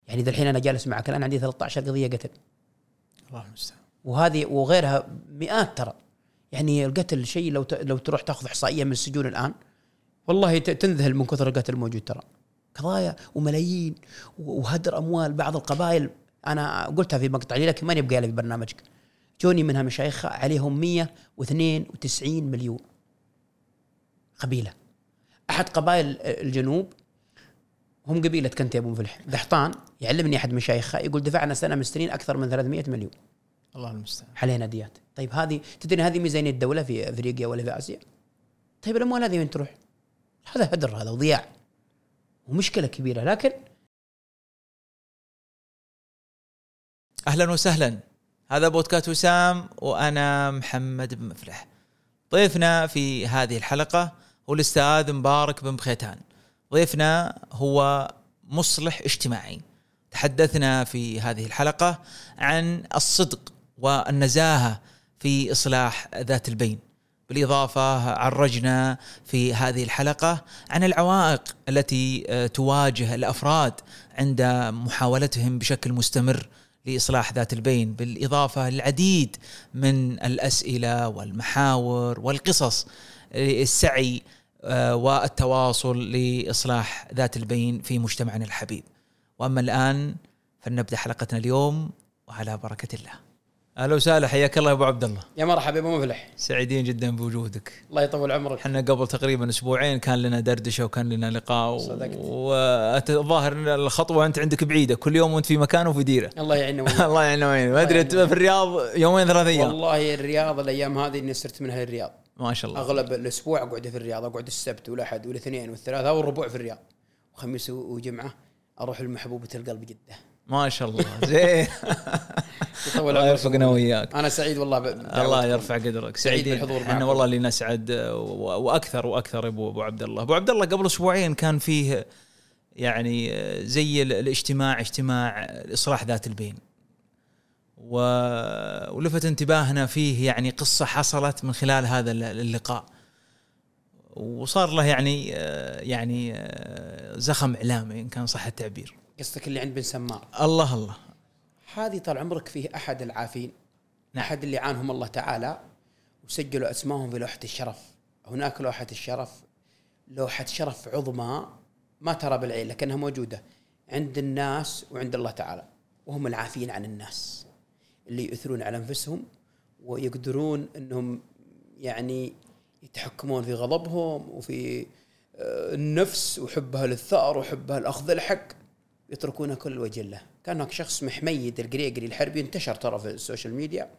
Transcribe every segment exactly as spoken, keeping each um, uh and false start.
يعني ذا الحين أنا جالس معك الآن عندي ثلاثة عشر قضية قتل، الله المستعان، وهذه وغيرها مئات ترى. يعني القتل شيء لو لو تروح تأخذ إحصائية من السجون الآن والله تنذهل من كثر القتل الموجود، ترى قضايا وملايين وهدر أموال بعض القبائل. أنا قلتها في مقطع لي لكن ما نبقى في برنامجك، جوني منها مشايخ عليهم مية واثنين وتسعين مليون قبيلة. أحد قبائل الجنوب هم قبيلة كنتي أبو مفلح قحطان، يعلمني أحد مشايخها يقول دفعنا سنة مسترين أكثر من ثلاثمائة مليون، الله المستعان، علينا ديات. طيب هذه تدري هذه ميزانية الدولة في أفريقيا ولا في آسيا؟ طيب الأموال هذه وين تروح؟ هذا هدر، هذا وضياع ومشكلة كبيرة. لكن أهلا وسهلا، هذا بودكاست وسام وأنا محمد بن مفلح. ضيفنا في هذه الحلقة هو الأستاذ مبارك بن بخيتان. ضيفنا هو مصلح اجتماعي. تحدثنا في هذه الحلقة عن الصدق والنزاهة في إصلاح ذات البين. بالإضافة عرجنا في هذه الحلقة عن العوائق التي تواجه الأفراد عند محاولتهم بشكل مستمر لإصلاح ذات البين، بالإضافة للعديد من الأسئلة والمحاور والقصص السعي والتواصل لإصلاح ذات البين في مجتمعنا الحبيب. وأما الآن فلنبدأ حلقتنا اليوم وعلى بركة الله. أهلا وسهلا، حياك الله يا أبو عبد الله. يا مرحبا يا أبو مفلح، سعيدين جدا بوجودك. الله يطول عمرك. احنا قبل تقريبا أسبوعين كان لنا دردشة وكان لنا لقاء، والظاهر ان الخطوة أنت عندك بعيدة، كل يوم وأنت في مكان وفي ديرة. الله يعيننا الله يعيننا وين ما أدري في الرياض يومين ثلاثة أيام. والله الرياض الأيام هذه إني صرت منها الرياض ما شاء الله. أغلب الأسبوع أقعد في الرياض، أقعد السبت والأحد والاثنين والثلاثاء والربوع في الرياض، وخميس وجمعة أروح المحبوبة القلب جدة. ما شاء الله زين. الله يرفقنا وياك. أنا سعيد والله ب... الله يرفع قدرك. سعيد بالحضور معك. احنا والله اللي نسعد وأكثر وأكثر. أبو أبو عبد الله أبو عبد الله قبل أسبوعين كان فيه يعني زي الاجتماع اجتماع إصلاح ذات البين، ولفت انتباهنا فيه يعني قصة حصلت من خلال هذا اللقاء، وصار له يعني يعني زخم إعلامي إن كان صح التعبير. قصتك اللي عند بن سمار. الله الله. هذه طال عمرك فيه أحد العافين، نعم. أحد اللي عانهم الله تعالى وسجلوا أسمائهم في لوحة الشرف. هناك لوحة الشرف، لوحة شرف عظمى ما ترى بالعين لكنها موجودة عند الناس وعند الله تعالى، وهم العافين عن الناس اللي يؤثرون على أنفسهم ويقدرون أنهم يعني يتحكمون في غضبهم وفي النفس وحبها للثأر وحبها الأخذ الحق، يتركون كل وجه الله. كان هناك شخص محميد القريقري الحربي انتشر ترى في السوشيال ميديا،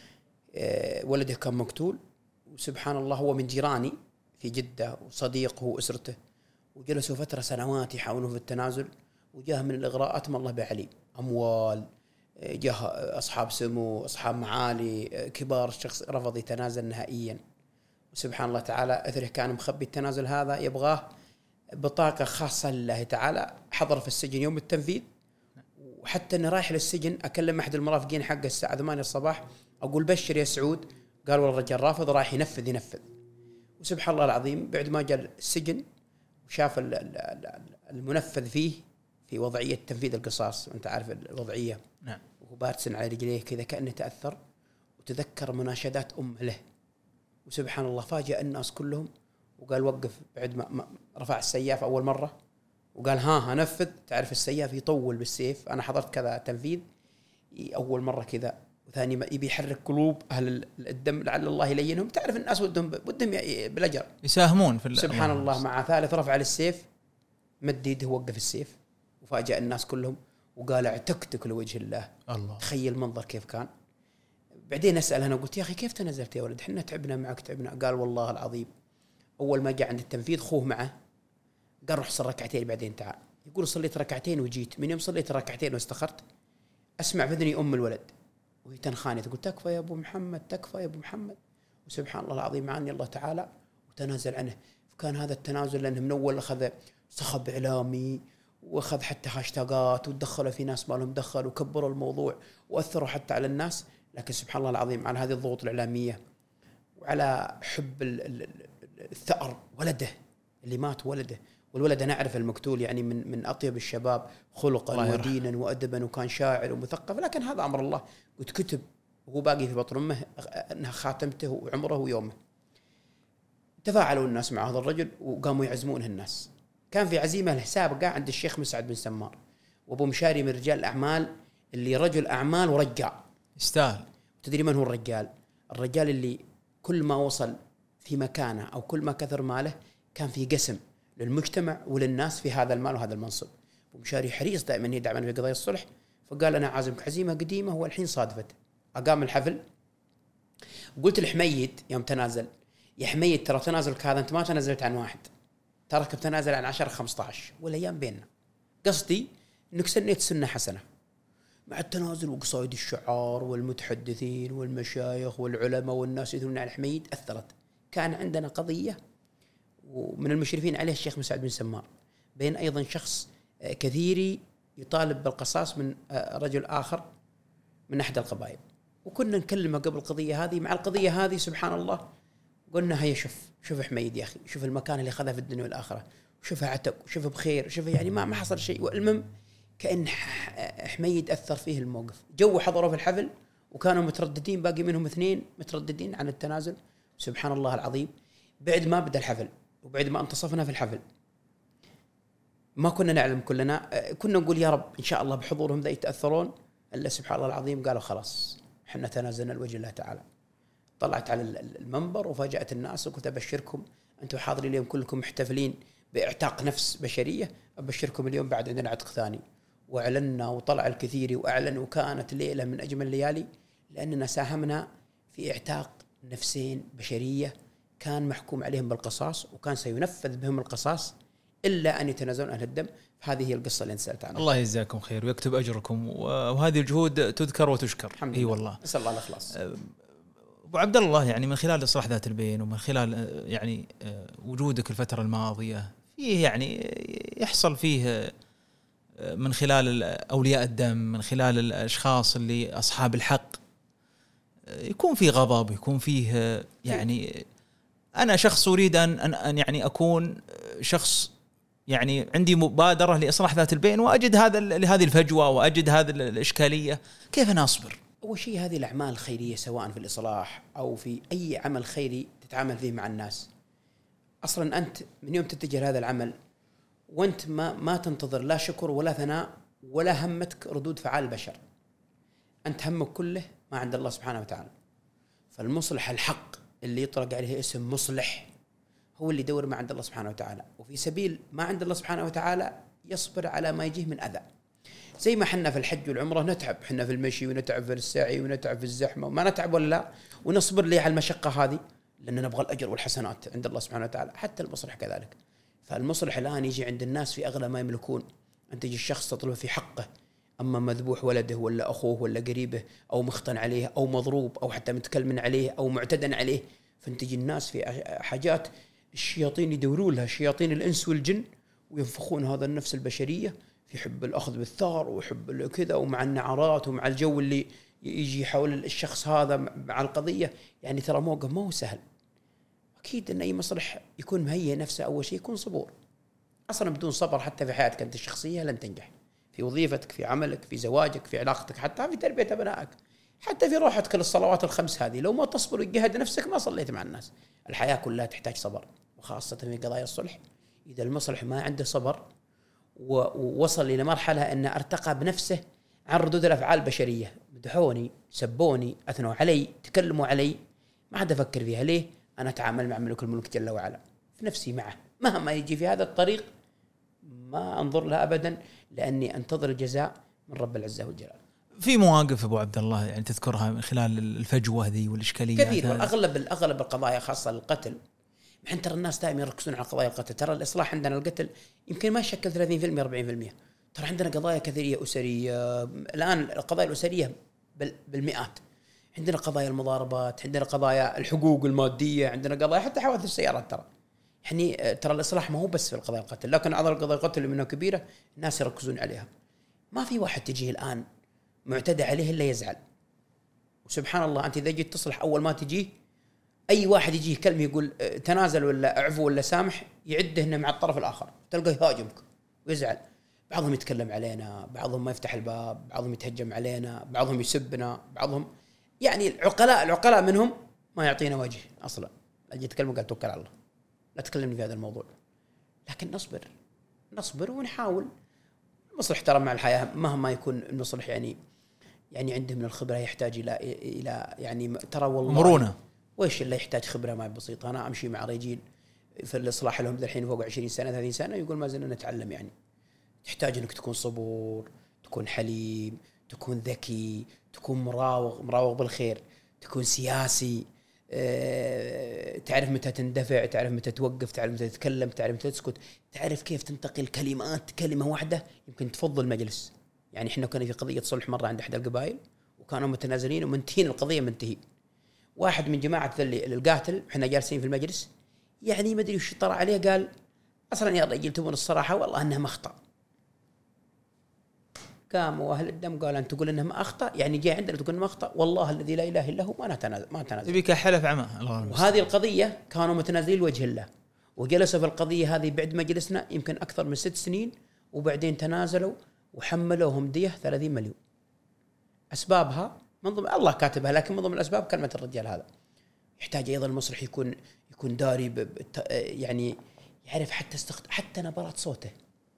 ولده كان مقتول، وسبحان الله هو من جيراني في جدة وصديقه وأسرته، وجلسوا فترة سنوات يحاولون في التنازل، وجاه من الإغراءات ما الله بعلي، أموال، جاه أصحاب سمو، أصحاب معالي كبار، الشخص رفض يتنازل نهائيا. وسبحان الله تعالى أثره كان مخبي التنازل هذا، يبغاه بطاقة خاصة لله تعالى. حضر في السجن يوم التنفيذ، وحتى أني رايح للسجن أكلم أحد المرافقين حقه الساعة ثمانية الصباح أقول بشر يا سعود، قال والله الرجال رافض رايح ينفذ ينفذ. وسبحان الله العظيم بعد ما جاء السجن وشاف المنفذ فيه في وضعية تنفيذ القصاص، وأنت عارف الوضعية، نعم، وهو بارسن على رجليه كذا كأنه تأثر، وتذكر مناشدات أمه له. وسبحان الله فاجأ الناس كلهم، وقال وقف بعد ما رفع السياف أول مرة وقال ها هنفذ. تعرف السياف يطول بالسيف، أنا حضرت كذا تنفيذ أول مرة كذا، وثاني ما يبي يحرك قلوب أهل الدم لعل الله يلينهم. تعرف الناس ودهم ودهم بالأجر يساهمون في سبحان الله, الله. مع ثالث رفع للسيف مد يده ووقف السيف، وفاجأ الناس كلهم وقال اعتقتك لوجه الله. الله. تخيل المنظر كيف كان. بعدين أسأل أنا قلت يا أخي كيف تنزلت يا ولد، حنا تعبنا معك تعبنا. قال والله العظيم أول ما جاء عند التنفيذ خوه معه، قال روح صل ركعتين بعدين تعال. يقول صليت ركعتين وجيت، من يوم صليت ركعتين واستخرت أسمع بذني أم الولد وهي تنخاني تقول تكفى يا أبو محمد تكفى يا أبو محمد. وسبحان الله العظيم معني الله تعالى وتنازل عنه. فكان هذا التنازل لأنه من أول أخذ صخب إعلامي وأخذ حتى هاشتاقات ودخلوا في ناس ما لهم دخل وكبروا الموضوع وأثروا حتى على الناس. لكن سبحان الله العظيم على هذه الضغوط الإعلامية وعلى حب الثأر ولده اللي مات ولده والولد أنا أعرف المقتول يعني من من أطيب الشباب خلقا ودينا وأدبا، وكان شاعر ومثقف، لكن هذا أمر الله، وتكتب وهو باقي في بطن أمه أنها خاتمته وعمره ويومه. تفاعلوا الناس مع هذا الرجل وقاموا يعزمونه الناس. كان في عزيمة الحساب قاعد عند الشيخ مسعد بن سمار، وأبو مشاري من رجال الأعمال اللي رجل أعمال ورجال يستاهل. تدري من هو الرجال؟ الرجال اللي كل ما وصل في مكانه أو كل ما كثر ماله كان في قسم للمجتمع وللناس في هذا المال وهذا المنصب. أبو مشاري حريص دائما يدعمنا في قضايا الصلح، فقال أنا عازمك عزيمة قديمة والحين صادفت. أقام الحفل، وقلت لحميد يوم تنازل، يا حميد ترى تنازلك هذا أنت ما تنازلت عن واحد، تراك بتنازل عن عشرة خمسة عشر والأيام بيننا. قصدي إنك سنيت سنة حسنة مع التنازل وقصائد الشعار والمتحدثين والمشايخ والعلماء والناس يثنون على حميد أثرت. كان عندنا قضية ومن المشرفين عليه الشيخ مسعد بن سمار، بين أيضا شخص كثيري يطالب بالقصاص من رجل آخر من أحد القبائل، وكنا نكلمه قبل القضية هذه. مع القضية هذه سبحان الله قلنا هيا شوف شوف حميد يا أخي، شوف المكان اللي خذه في الدنيا والآخرة، وشوفه عتق وشوفه بخير، وشوفه يعني ما ما حصل شيء. والمهم كأن حميد أثر فيه الموقف. جو حضروا في الحفل وكانوا مترددين، باقي منهم اثنين مترددين عن التنازل. سبحان الله العظيم، بعد ما بدأ الحفل وبعد ما انتصفنا في الحفل ما كنا نعلم كلنا، كنا نقول يا رب إن شاء الله بحضورهم ذا يتأثرون، إلا سبحان الله العظيم قالوا خلاص حنا تنازلنا لوجه الله تعالى. طلعت على المنبر وفاجأت الناس وقلت أبشركم أنتم حاضرين اليوم كلكم محتفلين باعتاق نفس بشرية، أبشركم اليوم بعد عندنا عتق ثاني. وأعلنا وطلع الكثير وأعلن، وكانت ليلة من أجمل الليالي لأننا ساهمنا في اعتاق نفسين بشرية كان محكوم عليهم بالقصاص وكان سينفذ بهم القصاص إلا أن يتنازلون أهل الدم. هذه هي القصة اللي نسألت عنها. الله يجزاكم خير ويكتب أجركم، وهذه الجهود تذكر وتشكر. اي والله، نسأل الله الإخلاص. أبو عبد الله، يعني من خلال إصلاح ذات البين ومن خلال يعني وجودك الفترة الماضية فيه، يعني يحصل فيه من خلال أولياء الدم، من خلال الأشخاص اللي أصحاب الحق، يكون فيه غضب، يكون فيه يعني أنا شخص أريد أن أن يعني أكون شخص يعني عندي مبادرة لإصلاح ذات البين، وأجد هذا هذه الفجوة وأجد هذه الإشكالية، كيف أنا أصبر؟ أول شيء هذه الأعمال الخيرية سواء في الإصلاح أو في أي عمل خيري تتعامل فيه مع الناس، أصلاً أنت من يوم تتجه هذا العمل وأنت ما ما تنتظر لا شكر ولا ثناء ولا همتك ردود فعال البشر، أنت همك كله ما عند الله سبحانه وتعالى. فالمصلح الحق اللي يطلق عليه اسم مصلح هو اللي يدور ما عند الله سبحانه وتعالى، وفي سبيل ما عند الله سبحانه وتعالى يصبر على ما يجيه من أذى. زي ما حنا في الحج والعمرة نتعب، حنا في المشي ونتعب في السعي ونتعب في الزحمة، وما نتعب ولا لا، ونصبر ليه على المشقة هذه لأننا نبغى الأجر والحسنات عند الله سبحانه وتعالى. حتى المصلح كذلك. فالمصلح الآن يجي عند الناس في أغلى ما يملكون، أنت تجي الشخص تطلب في حقه، أما مذبوح ولده ولا أخوه ولا قريبه أو مختن عليه أو مضروب أو حتى متكلم عليه أو معتدى عليه، فانتجي الناس في حاجات الشياطين يدوروا لها، شياطين الإنس والجن، وينفخون هذا النفس البشرية في حب الأخذ بالثار وحب كذا، ومع النعرات ومع الجو اللي يجي حول الشخص هذا مع القضية. يعني ترى موقف ما هو سهل. أكيد أن أي مصلح يكون مهيئ نفسه أول شيء يكون صبور. أصلا بدون صبر حتى في حياتك أنت الشخصية لن تنجح، في وظيفتك، في عملك، في زواجك، في علاقتك، حتى في تربية أبنائك، حتى في روحتك للصلوات الخمس هذه. لو ما تصبر وتجاهد نفسك ما صليت مع الناس. الحياة كلها تحتاج صبر، وخاصة في قضايا الصلح. إذا المصلح ما عنده صبر ووصل إلى مرحلة أن ارتقى بنفسه عن ردود الأفعال البشرية، مدحوني، سبوني، أثنوا علي، تكلموا علي، ما عاد أفكر فيها. ليه؟ أنا أتعامل مع ملك الملك جل وعلا في نفسي معه، مهما يجي في هذا الطريق ما أنظر لها أبدا، لأني أنتظر الجزاء من رب العزة والجلال. في مواقف أبو عبد الله يعني تذكرها من خلال الفجوة هذه والإشكاليات كثير، والأغلب الأغلب القضايا خاصة القتل. محن ترى الناس دائما يركزون على قضايا القتل، ترى الإصلاح عندنا القتل يمكن ما يشكل ثلاثين بالمئة أربعين بالمئة. ترى عندنا قضايا كثيرة أسرية، الآن القضايا الأسرية بالمئات. عندنا قضايا المضاربات، عندنا قضايا الحقوق المادية، عندنا قضايا حتى حوادث السيارات. ترى يعني ترى الإصلاح ما هو بس في القضايا القتل، لكن أعظم قضايا القتل اللي منها كبيرة الناس يركزون عليها. ما في واحد تجيه الآن معتدى عليه إلا يزعل. وسبحان الله أنت إذا جيت تصلح أول ما تجيه اي واحد يجيه كلمه يقول تنازل ولا اعفو ولا سامح يعده انه مع الطرف الاخر، تلقاه يهاجمك ويزعل. بعضهم يتكلم علينا، بعضهم ما يفتح الباب، بعضهم يتهجم علينا، بعضهم يسبنا، بعضهم يعني العقلاء العقلاء منهم ما يعطينا وجه اصلا. اجي اتكلم قال توكل على الله، لا تكلمني في هذا الموضوع. لكن نصبر نصبر ونحاول. المصلح ترى مع الحياه مهما يكون المصلح يعني يعني عنده من الخبره يحتاج الى الى يعني ترى والله مرونه. وإيش اللي يحتاج خبرة ما بسيطة. أنا أمشي مع رجال في الإصلاح لهم الحين فوق عشرين سنة ثلاثين سنة يقول ما زلنا نتعلم. يعني تحتاج أنك تكون صبور، تكون حليم، تكون ذكي، تكون مراوغ مراوغ بالخير، تكون سياسي، أه، تعرف متى تندفع، تعرف متى توقف، تعرف متى تتكلم، تعرف متى تسكت، تعرف كيف تنتقل كلمات. كلمة واحدة يمكن تفضل المجلس. يعني إحنا كنا في قضية صلح مرة عند أحد القبائل وكانوا متنازلين ومنتهين القضية منتهي. واحد من جماعة اللي القاتل احنا جالسين في المجلس يعني ما ادري وش طلع عليه قال اصلا يا رجل تبون الصراحة والله انه ما اخطأ. قاموا اهل الدم قال انت تقول انه ما اخطأ يعني جاي عندنا تقول ما اخطأ والله الذي لا اله الا هو ما نتنازل ما نتنازل. يبيك حلف عمى. وهذه القضية كانوا متنازلين لوجه الله وجلسوا في القضية هذه بعد مجلسنا يمكن اكثر من ست سنين وبعدين تنازلوا وحملوهم دية ثلاثين مليون. اسبابها من ضمن الله كاتبها لكن من ضمن الأسباب كلمة الرجال هذا. يحتاج أيضا المصلح يكون يكون داري يعني يعرف حتى استخد... حتى نبرات صوته.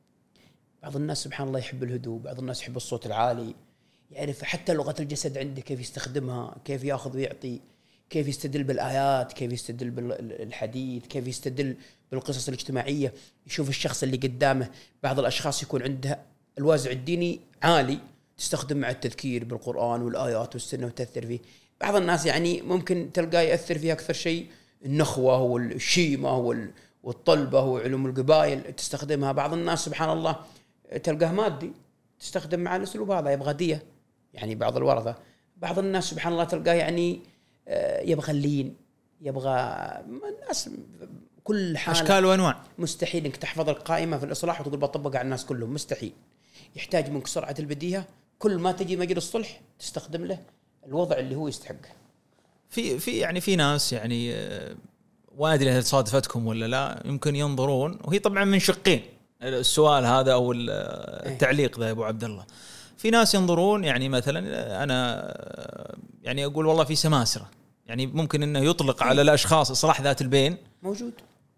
بعض الناس سبحان الله يحب الهدوء، بعض الناس يحب الصوت العالي. يعرف حتى لغة الجسد عنده كيف يستخدمها، كيف يأخذ ويعطي، كيف يستدل بالآيات، كيف يستدل بالحديث، كيف يستدل بالقصص الاجتماعية. يشوف الشخص اللي قدامه. بعض الأشخاص يكون عنده الوازع الديني عالي تستخدم مع التذكير بالقرآن والآيات والسنة وتأثر فيه. بعض الناس يعني ممكن تلقاه يأثر فيه أكثر شيء النخوة والشيمة والطلبة وعلوم القبائل تستخدمها. بعض الناس سبحان الله تلقاه مادي تستخدم مع الأسلوب هذا يبغى دية يعني بعض الورثة. بعض الناس سبحان الله تلقاه يعني يبغى اللين، يبغى الناس كل حالة أشكال وأنواع. مستحيل إنك تحفظ القائمة في الإصلاح وتقول بطبق على الناس كلهم، مستحيل. يحتاج منك سرعة البديهة. كل ما تجي مجلس صلح تستخدم له الوضع اللي هو يستحقه. في في يعني في ناس يعني وادري هل صادفتكم ولا لا يمكن ينظرون وهي طبعا من شقين السؤال هذا او التعليق ذا يا ابو عبد الله. في ناس ينظرون يعني مثلا انا يعني اقول والله في سماسرة يعني ممكن انه يطلق على الاشخاص اصلاح ذات البين موجود،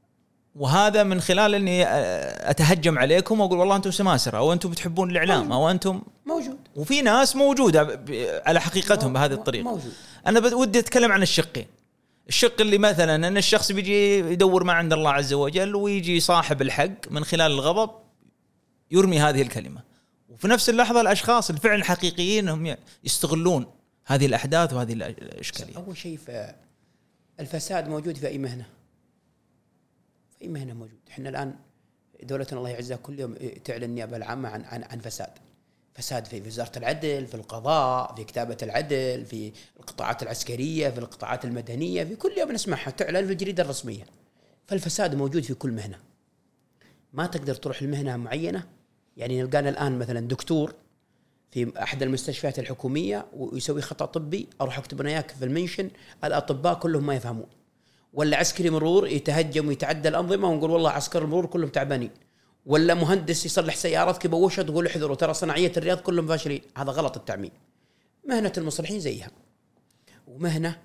وهذا من خلال اني اتهجم عليكم واقول والله انتم سماسرة او انتم بتحبون الاعلام او انتم موجود. وفي ناس موجوده على حقيقتهم بهذه الطريقه. موجود. انا ودي اتكلم عن الشقين. الشق اللي مثلا ان الشخص بيجي يدور ما عند الله عز وجل ويجي صاحب الحق من خلال الغضب يرمي هذه الكلمه، وفي نفس اللحظه الاشخاص الفعل الحقيقيين هم يستغلون هذه الاحداث وهذه الاشكاليه. اول شيء الفساد موجود في اي مهنه، في اي مهنه موجود. احنا الان دولتنا الله يعزها كل يوم تعلن النيابه العامه عن عن عن فساد فساد في وزاره العدل، في القضاء، في كتابه العدل، في القطاعات العسكريه، في القطاعات المدنيه، في كل يوم نسمعها تعلن في الجريده الرسميه. فالفساد موجود في كل مهنه. ما تقدر تروح المهنه معينه. يعني نلقانا الان مثلا دكتور في احد المستشفيات الحكوميه ويسوي خطا طبي، اروح اكتب انا اياك في المنشن الاطباء كلهم ما يفهمون. ولا عسكري مرور يتهجم ويتعدى الانظمه ونقول والله عسكر المرور كلهم تعبانين. ولا مهندس يصلح سيارات كبوشة تقول احذروا ترى صناعيه الرياض كلهم فاشلين. هذا غلط التعميم. مهنه المصلحين زيها، ومهنه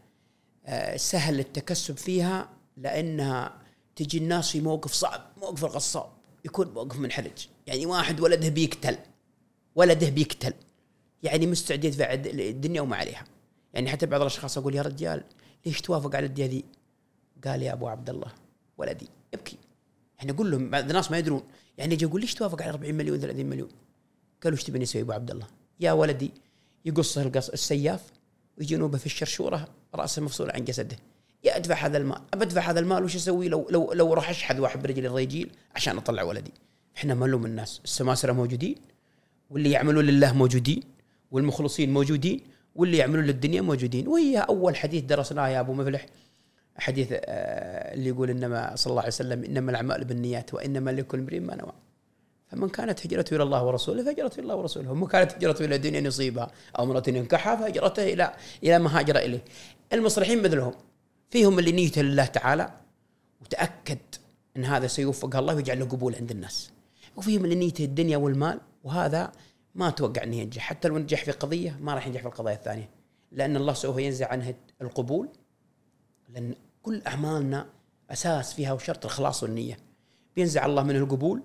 سهل التكسب فيها لانها تجي الناس في موقف صعب. موقف الغصاب يكون موقف منحرج، يعني واحد ولده بيقتل ولده بيقتل يعني مستعد يدفع الدنيا وما عليها. يعني حتى بعض الاشخاص اقول يا رجال ليش توافق على الدية ذي؟ قال يا ابو عبد الله ولدي يبكي. يعني اقول لهم بعض الناس ما يدرون، يعني يجي يقول ليش توافق على أربعين مليون ثلاثين مليون؟ قالوا ايش تبي نسوي ابو عبد الله؟ يا ولدي يقص القص السياف ويجنوبه في الشرشوره راسه مفصول عن جسده. يا ادفع هذا المال، ابدفع هذا المال وش اسوي لو لو لو راح اشحذ واحد برجل الرجيل عشان اطلع ولدي؟ احنا ملوم الناس. السماسره موجودين، واللي يعملون لله موجودين، والمخلصين موجودين، واللي يعملون للدنيا موجودين. وهي اول حديث درسناه يا ابو مفلح، حديث اللي يقول انما صلى الله عليه وسلم انما الاعمال بالنيات وانما لكل امرئ ما نوى. فمن كانت هجرته الى الله ورسوله فهجرته الى الله ورسوله، ومن كانت هجرته الى دنيا يصيبها او امرأة ينكحها فهجرته الى الى ما هاجر اليه. المصلحين مثلهم فيهم اللي نيته لله تعالى وتأكد أن هذا سيوفق الله ويجعل له قبول عند الناس، وفيهم اللي نيته الدنيا والمال، وهذا ما أتوقع أنه ينجح. حتى لو نجح في قضية ما راح ينجح في القضايا الثانية، لأن الله سوف ينزع عنه القبول، لأن كل أعمالنا أساس فيها وشرط الخلاص والنية. بينزع الله منه القبول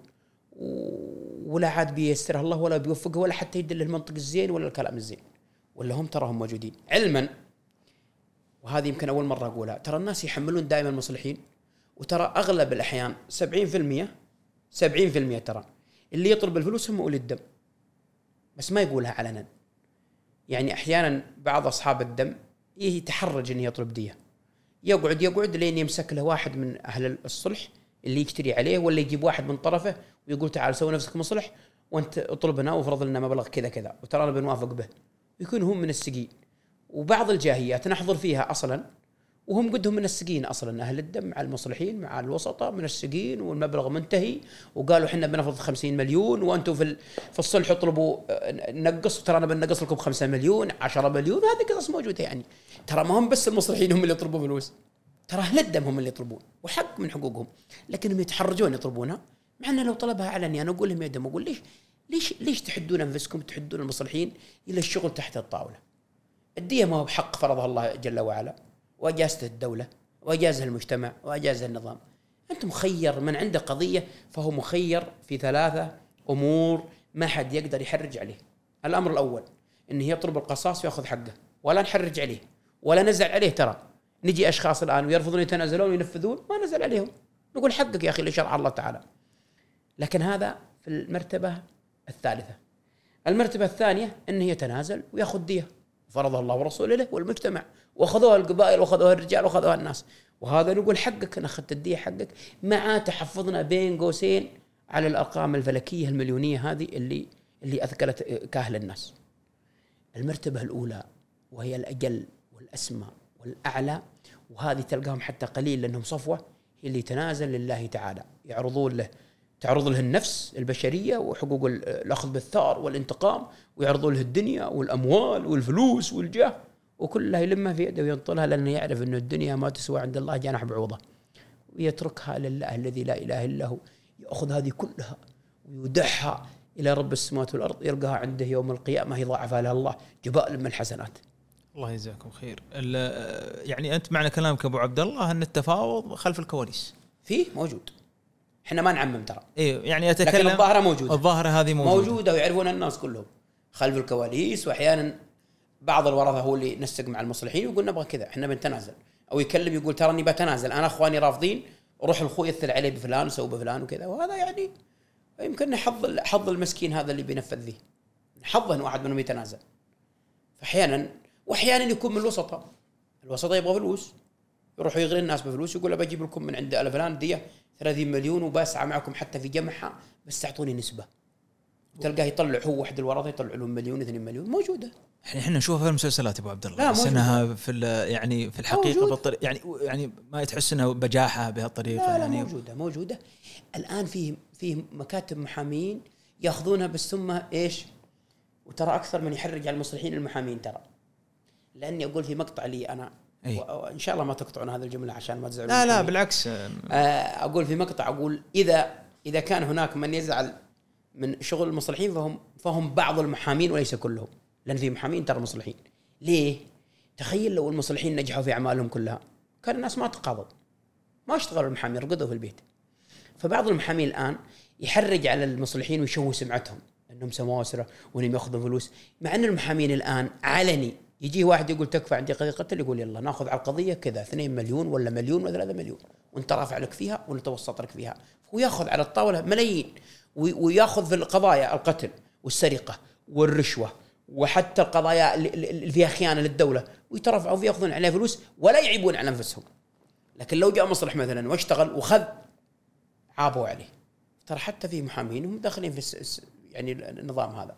ولا عاد بيسترها الله ولا بيوفقه ولا حتى يدل المنطق الزين ولا الكلام الزين، ولا هم تراهم موجودين علما. وهذه يمكن أول مرة أقولها، ترى الناس يحملون دائما المصلحين، وترى أغلب الأحيان سبعين في المية سبعين في المية ترى اللي يطلب الفلوس هم أولي الدم، بس ما يقولها علنا. يعني أحيانا بعض أصحاب الدم يتحرج أن يطلب دية، يقعد يقعد لين يمسك له واحد من أهل الصلح اللي يشتري عليه، ولا يجيب واحد من طرفه ويقول تعال سوي نفسك مصلح وانت اطلبنا وفرض لنا مبلغ كذا كذا وترانا بنوافق به، ويكون هم من السجين. وبعض الجاهيات نحضر فيها أصلا وهم قدهم من السجين أصلا، أهل الدم مع المصلحين مع الوسطاء من السجين والمبلغ منتهي، وقالوا حنا بنفرض خمسين مليون وأنتم في في الصلح اطلبوا نقص وترانا بنقص لكم خمسة مليون عشرة مليون. هذه قصص موجودة. يعني ترى ما هم بس المصلحين هم اللي يطلبوا فلوس، ترى أهل الدم هم اللي يطلبون، وحق من حقوقهم، لكنهم يتحرجون يطلبونها. مع أنه لو طلبها علني أنا أقول لهم يا دم، أقول ليش ليش ليش تحدون أنفسكم تحدون المصلحين إلى الشغل تحت الطاولة؟ الدية ما هو بحق فرضها الله جل وعلا وأجازته الدولة وأجازها المجتمع وأجازها النظام. أنت مخير، من عنده قضية فهو مخير في ثلاثة أمور ما حد يقدر يحرج عليه. الأمر الأول إنه يطلب القصاص ويأخذ حقه، ولا نحرج عليه ولا نزل عليه. ترى نجي أشخاص الآن ويرفضون يتنازلون وينفذون، ما نزل عليهم، نقول حقك يا أخي لشرع الله تعالى. لكن هذا في المرتبة الثالثة. المرتبة الثانية إنه يتنازل ويأخذ دية فرضها الله ورسوله له والمجتمع، وأخذوها القبائل وأخذوها الرجال وأخذوها الناس، وهذا نقول حقك، أنا أخذت الدية حقك، مع تحفظنا بين قوسين على الأرقام الفلكية المليونية هذه اللي اللي أثقلت كاهل الناس. المرتبة الأولى وهي الأجل والأسمى والأعلى، وهذه تلقاهم حتى قليل لأنهم صفوة، هي اللي يتنازل لله تعالى، يعرضون له تعرض له النفس البشرية وحقوق الأخذ بالثار والانتقام، ويعرضوا له الدنيا والأموال والفلوس والجاه، وكلها يلمها في يده وينطلها، لأنه يعرف أن الدنيا ما تسوى عند الله جناح بعوضة، ويتركها لله الذي لا إله إلا هو. يأخذ هذه كلها ويدعها إلى رب السماوات والأرض، يلقاها عنده يوم القيامة يضاعفها لها الله جبال من الحسنات. الله يجزاكم خير. يعني أنت معنى كلامك أبو عبد الله أن التفاوض خلف الكواليس فيه موجود، احنا ما نعمم ترى. ايه يعني اتكلم، لكن الظاهره موجوده، الظاهره هذه موجوده موجوده ويعرفون الناس كلهم خلف الكواليس. واحيانا بعض الورثه هو اللي نسق مع المصلحين ويقول نبغى كذا، احنا بنتنازل، او يكلم يقول تراني بتنازل، انا اخواني رافضين، روح الخوي يثل عليه بفلان وسوي بفلان وكذا. وهذا يعني يمكن نحظ حظ المسكين هذا اللي بينفذ ذي، حظه ان واحد منهم يتنازل. فاحيانا واحيانا يكون من الوسطاء، الوسطاء يبغى فلوس، يروحوا يغري الناس بفلوس، يقول بجيب لكم من عند فلان ديه ثلاثين مليون وباسعى معكم حتى في جمعها، بس تعطوني نسبة. تلقاه يطلع هو واحد الورثة يطلع لهم مليون اثنين مليون. موجودة، يعني احنا نشوفها في المسلسلات ابو عبد الله، بس انها في يعني في الحقيقة بالطريقة يعني يعني ما تحس انها بجاحة بهالطريقة. لا لا يعني موجودة موجودة الآن فيه فيه مكاتب محامين ياخذونها، بس ثم ايش، وترى أكثر من يحرج على المصلحين المحامين ترى. لأني أقول في مقطع لي أنا، وإن شاء الله ما تقطعون هذه الجملة عشان ما تزعلون. لا لا بالعكس، أقول في مقطع أقول إذا إذا كان هناك من يزعل من شغل المصلحين فهم فهم بعض المحامين وليس كلهم، لأن في محامين ترى مصلحين. ليه؟ تخيل لو المصلحين نجحوا في أعمالهم كلها كان الناس ما تقاضوا، ما اشتغلوا المحامين، رقدوا في البيت. فبعض المحامين الآن يحرج على المصلحين ويشوه سمعتهم أنهم سماسرة وأنهم يأخذوا فلوس، مع أن المحامين الآن علني يجي واحد يقول تكفى عندي قضية قتل، يقول يلا ناخذ على القضية كذا اثنين مليون ولا مليون ولا ثلاثة مليون، وانت رافع لك فيها ونتوسط لك فيها، وياخذ على الطاولة ملايين، وياخذ في القضايا القتل والسرقة والرشوة وحتى القضايا اللي فيها خيانة للدولة، ويترفعوا وياخذون عليها فلوس ولا يعيبون على أنفسهم. لكن لو جاء مصلح مثلا واشتغل وخذ عابوا عليه. ترى حتى في محامين هم داخلين في يعني النظام هذا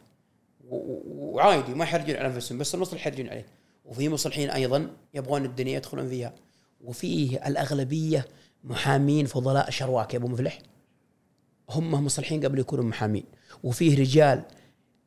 وعادي ما يحرجون على أنفسهم، بس المصلح يحرجون عليه. وفي مصلحين أيضا يبغون الدنيا يدخلون فيها، وفيه الأغلبية محامين فضلاء شرواك يا أبو مفلح، هم مصلحين قبل يكونوا محامين. وفيه رجال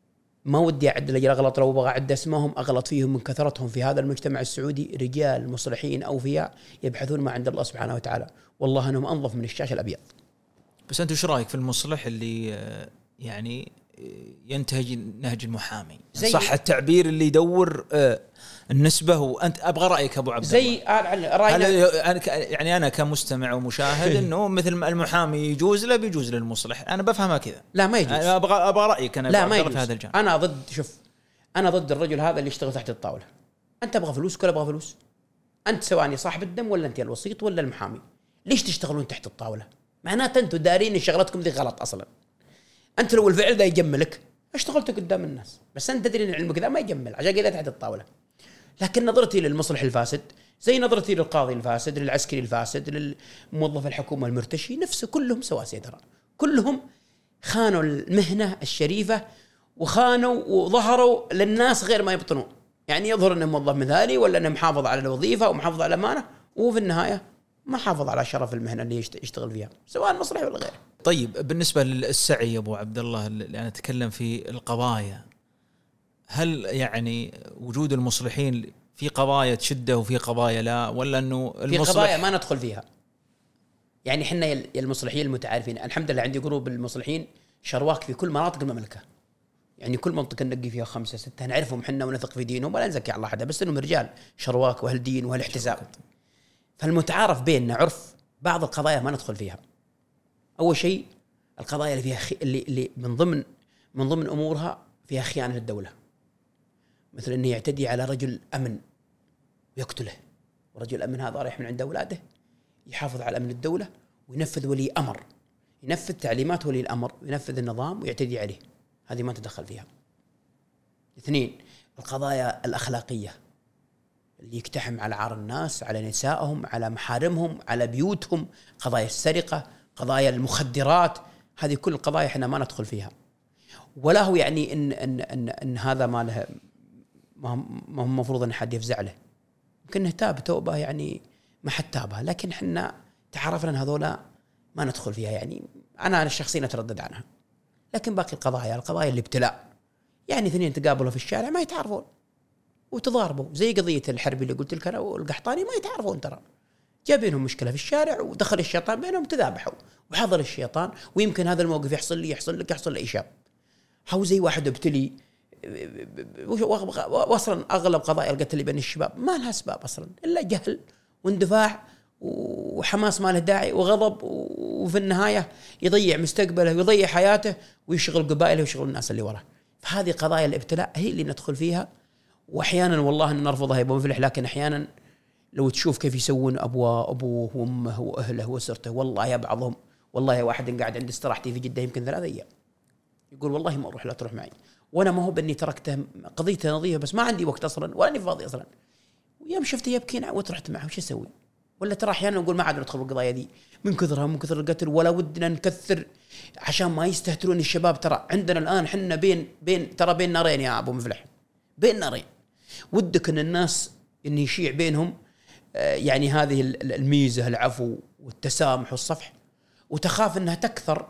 ما ودي أعد لي أغلط، لو بغى أعد اسمهم أغلط فيهم من كثرتهم في هذا المجتمع السعودي. رجال مصلحين أوفياء يبحثون ما عند الله سبحانه وتعالى، والله أنهم أنظف من الشاشة الأبيض. بس أنت وش رأيك في المصلح اللي يعني ينتهج نهج المحامي، صح التعبير، اللي يدور النسبة؟ وأنت أبغى رأيك أبو عبد الله. زي رأينا يعني أنا كمستمع ومشاهد إنه مثل المحامي يجوز له بيجوز للمصلح، أنا بفهمها كذا. لا ما يجوز. أنا أبغى أبغى رأيك أنا. لا ما يجوز. في هذا الجانب أنا ضد. شوف أنا ضد الرجل هذا اللي يشتغل تحت الطاولة. أنت أبغى فلوس كل أبغى فلوس. أنت سواء صاحب الدم ولا أنت الوسيط ولا المحامي، ليش تشتغلون تحت الطاولة؟ معناته أنتوا دارين إن شغلتكم دي غلط أصلا. أنت لو الفعل ده يجملك اشتغلت قدام الناس، بس أنت تدري إن علمك ذا ما يجمل، عشان كذا تحت الطاولة. لكن نظرتي للمصلح الفاسد زي نظرتي للقاضي الفاسد، للعسكري الفاسد، للموظف الحكومة المرتشي، نفسه كلهم سواسية ترى. كلهم خانوا المهنة الشريفة وخانوا وظهروا للناس غير ما يبطنون. يعني يظهر أنه موظف مثالي ولا أنه محافظ على الوظيفة ومحافظ على الأمانة، وفي النهاية ما حافظ على شرف المهنة اللي يشتغل فيها سواء مصلح ولا غيره. طيب بالنسبة للسعي يا أبو عبد الله اللي أنا أتكلم في القضايا، هل يعني وجود المصلحين في قضايا تشده وفي قضايا لا، ولا أنه في قضايا ما ندخل فيها؟ يعني حنا المصلحين المتعارفين الحمد لله، عندي جروب المصلحين شرواك في كل مناطق المملكة، يعني كل منطقة نلقي فيها خمسة ستة نعرفهم حنا ونثق في دينهم ولا نزكي على حدا، بس إنهم رجال شرواك وأهل دين وأهل احتساب. فالمتعارف بيننا عرف. بعض القضايا ما ندخل فيها. أول شيء القضايا اللي فيها خي... اللي اللي من ضمن من ضمن أمورها فيها خيانة للدولة، مثل إنه يعتدي على رجل أمن ويقتله، ورجل الأمن هذا رايح من عند أولاده يحافظ على أمن الدولة وينفذ ولي أمر، ينفذ تعليمات ولي الأمر وينفذ النظام ويعتدي عليه، هذه ما تدخل فيها. اثنين القضايا الأخلاقية اللي يقتحم على عار الناس، على نسائهم، على محارمهم، على بيوتهم، قضايا السرقة، قضايا المخدرات، هذه كل القضايا احنا ما ندخل فيها. ولا هو يعني ان ان ان, إن هذا ما له ما هو مفروض ان حد يفزع له، يمكن تاب توبه يعني ما حد تابها، لكن احنا تعرفنا ان هذولا ما ندخل فيها. يعني انا انا شخصيا اتردد عنها. لكن باقي القضايا القضايا الابتلاء، يعني اثنين تقابلوا في الشارع ما يتعرفون وتضاربوا، زي قضيه الحرب اللي قلت لك انا والقحطاني، ما يتعرفون ترى، جاء بينهم مشكله في الشارع ودخل الشيطان بينهم تذابحوا وحضر الشيطان، ويمكن هذا الموقف يحصل لي يحصل لك يحصل لاي شاب. هو زي واحد ابتلي واصلا اغلب قضايا القتل اللي بين الشباب ما لها اسباب اصلا الا جهل واندفاع وحماس ما له داعي وغضب، وفي النهايه يضيع مستقبله ويضيع حياته ويشغل قبائله ويشغل الناس اللي وراه. فهذه قضايا الابتلاء هي اللي ندخل فيها، واحيانا والله ان نرفضها يبقى مفلح، لكن احيانا لو تشوف كيف يسوون ابوه ابوه وامه واهله واسرته، والله يا بعضهم والله يا واحد قاعد عند استراحتي في جده يمكن ثلاث ايام يقول والله ما اروح لا تروح معي، وانا ما هو باني تركته قضيته نظيفه بس ما عندي وقت اصلا ولا اني فاضي اصلا، ويوم شفته يبكي وترحت معه وش اسوي؟ ولا ترى احيانا نقول ما عاد ندخل بالقضايا دي من كثرها من كثر القتل، ولا ودنا نكثر عشان ما يستهترون الشباب. ترى عندنا الان حنا بين بين ترى بين نارين يا ابو مفلح، بين نارين. ودك ان الناس ان يشيع بينهم يعني هذه الميزه العفو والتسامح والصفح، وتخاف انها تكثر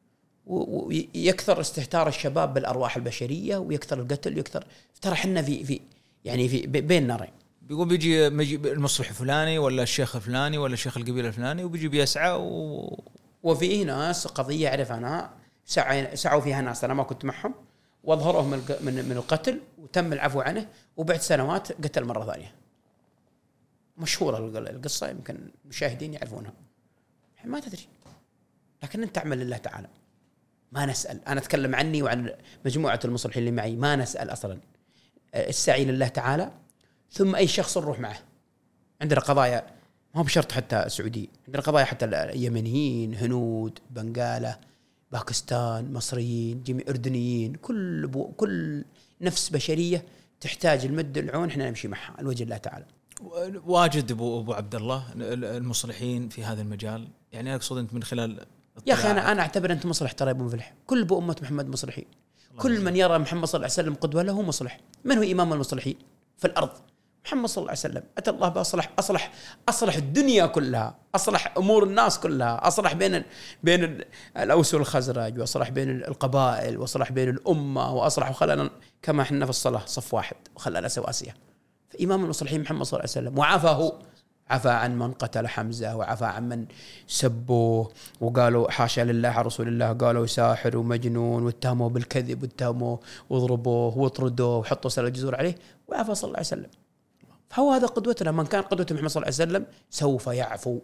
ويكثر استهتار الشباب بالارواح البشريه ويكثر القتل ويكثر. ترى حنا في في يعني في بين نارين. بيقول بيجي المصلح الفلاني ولا الشيخ الفلاني ولا الشيخ القبيله الفلاني وبيجي بيسعى و... وفي ناس قضيه اعرف انا سعوا سعوا فيها ناس انا ما كنت معهم واظهرهم من من القتل وتم العفو عنه، وبعد سنوات قتل مره ثانيه. مشهوره القصه يمكن المشاهدين يعرفونها، ما تدري، لكن انت تعمل لله تعالى. ما نسال، انا اتكلم عني وعن مجموعه المصلحين اللي معي، ما نسال اصلا، السعي لله تعالى، ثم اي شخص نروح معه. عندنا قضايا ما هو بشرط حتى سعودي، عندنا قضايا حتى اليمنيين، هنود، بنغاله، باكستان، مصريين، جميع اردنيين، كل بو كل نفس بشريه تحتاج المد العون، احنا نمشي معها الوجه الله تعالى. واجد ابو ابو عبد الله المصلحين في هذا المجال، يعني انا اقصد انت من خلال يا اخي انا انا اعتبر انت مصلح ترى يا ابو مفلح، كل بو امه محمد مصلحين، كل من يرى محمد صلى الله عليه وسلم قدوه له مصلح. من هو امام المصلحين في الارض؟ محمد صلى الله عليه وسلم أتى الله بأصلح أصلح أصلح الدنيا كلها، أصلح أمور الناس كلها، أصلح بين بين الأوس والخزرج، وأصلح بين القبائل، وأصلح بين الأمة، وأصلح وخلنا كما احنا في الصلاة صف واحد وخلنا سواسية. فإمام المصلحين محمد صلى الله عليه وسلم، وعافاه، عفى عن من قتل حمزة، وعفى عن من سبوه وقالوا حاشا لله على رسول الله، قالوا ساحر ومجنون واتهموه بالكذب واتهموه وضربوه وطردوه وحطوا سل الجزور عليه، وعفى صلى الله عليه وسلم. فهو هذا قدوتنا، من كان قدوته محمد صلى الله عليه وسلم سوف يعفو.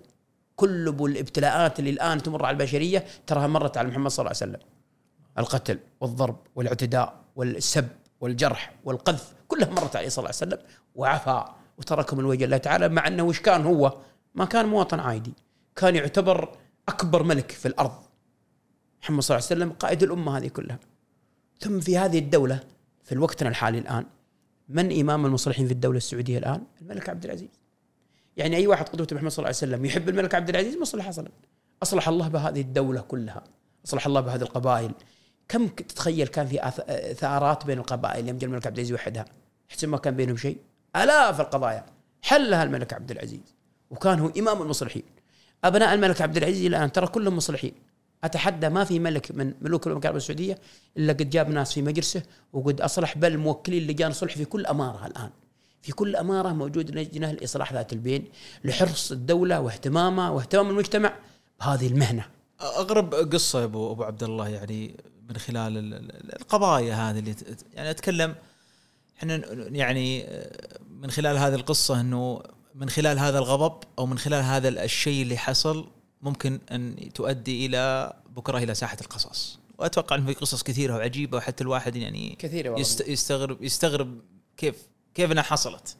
كل الابتلاءات اللي الآن تمر على البشرية تراها مرت على محمد صلى الله عليه وسلم، القتل والضرب والاعتداء والسب والجرح والقذف كلها مرت عليه صلى الله عليه وسلم، وعفى وتركهم الوجه الله تعالى. مع أنه وش كان هو؟ ما كان مواطن عادي، كان يعتبر أكبر ملك في الأرض محمد صلى الله عليه وسلم، قائد الأمة هذه كلها. ثم في هذه الدولة في الوقتنا الحالي الآن، من إمام المصلحين في الدولة السعودية الآن؟ الملك عبد العزيز. يعني أي واحد قدوته محمد صلى الله عليه وسلم يحب الملك عبد العزيز مصلح أصلا. أصلح الله بهذه الدولة كلها، أصلح الله بهذه القبائل. كم تتخيل كان في ثارات بين القبائل يوم جاء الملك عبد العزيز وحدها، حسب ما كان بينهم شيء، آلاف القضايا حلها الملك عبد العزيز، وكان هو إمام المصلحين. أبناء الملك عبد العزيز الآن ترى كلهم مصلحين. أتحدى ما في ملك من ملوك المملكة العربية السعودية إلا قد جاب ناس في مجلسه وقد أصلح، بل موكلين لجان صلح في كل أمارة الآن، في كل أمارة موجود لجنة لإصلاح ذات البين، لحرص الدولة واهتمامها واهتمام المجتمع بهذه المهنة. أغرب قصة أبو أبو عبد الله، يعني من خلال القضايا هذه اللي يعني أتكلم إحنا، يعني من خلال هذه القصة إنه من خلال هذا الغضب أو من خلال هذا الشيء اللي حصل ممكن أن تؤدي إلى بكرة إلى ساحة القصص. وأتوقع أن في قصص كثيرة وعجيبة، وحتى الواحد يعني كثيرة يستغرب يستغرب كيف كيف أنها حصلت.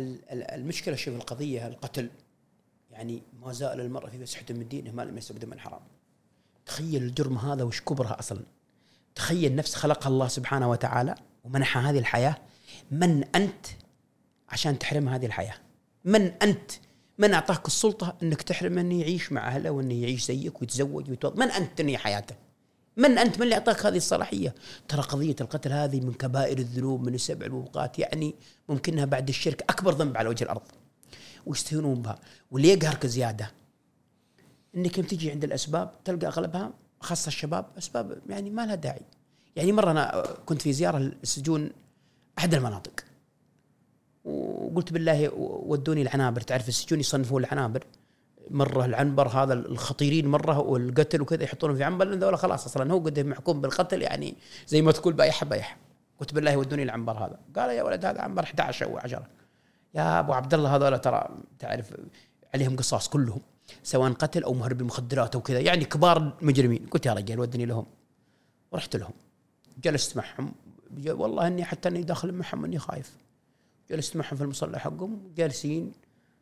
المشكلة شوف القضية القتل، يعني ما زال المرء في مسحة من دينه ما لم يستبد من حرام. تخيل الجرم هذا وش كبرها أصلا. تخيل نفس خلقها الله سبحانه وتعالى ومنحها هذه الحياة. من أنت عشان تحرم هذه الحياة؟ من أنت؟ من أعطاك السلطة أنك تحرم أنه يعيش مع أهله وأنه يعيش زيك ويتزوج ويتوظف؟ من أنت تنهي حياته؟ من أنت؟ من اللي أعطاك هذه الصلاحية؟ ترى قضية القتل هذه من كبائر الذنوب، من السبع الموبقات، يعني ممكنها بعد الشرك أكبر ذنب على وجه الأرض، ويستهينون بها. واللي يقهرك زيادة إنك يوم تجي عند الأسباب تلقى أغلبها خاصة الشباب أسباب يعني ما لها داعي. يعني مرة أنا كنت في زيارة السجون أحد المناطق، وقلت بالله ودوني العنابر. تعرف السجون يصنفون العنابر، مرة العنبر هذا الخطيرين مرة، والقتل وكذا يحطونه في عنبر، لأن ذولا خلاص أصلا هو قد محكوم بالقتل، يعني زي ما تقول بايح بايح. قلت بالله ودوني العنبر هذا. قال يا ولد هذا عنبر أحد عشر أو عشرة. يا أبو عبد الله هذولا ترى تعرف عليهم قصاص كلهم، سواء قتل أو مهرب بمخدرات أو كذا، يعني كبار المجرمين. قلت يا رجال ودني لهم، ورحت لهم جلست معهم. والله إني حتى إني داخل معهم إني خايف. جلست معهم في المصلى حقهم جالسين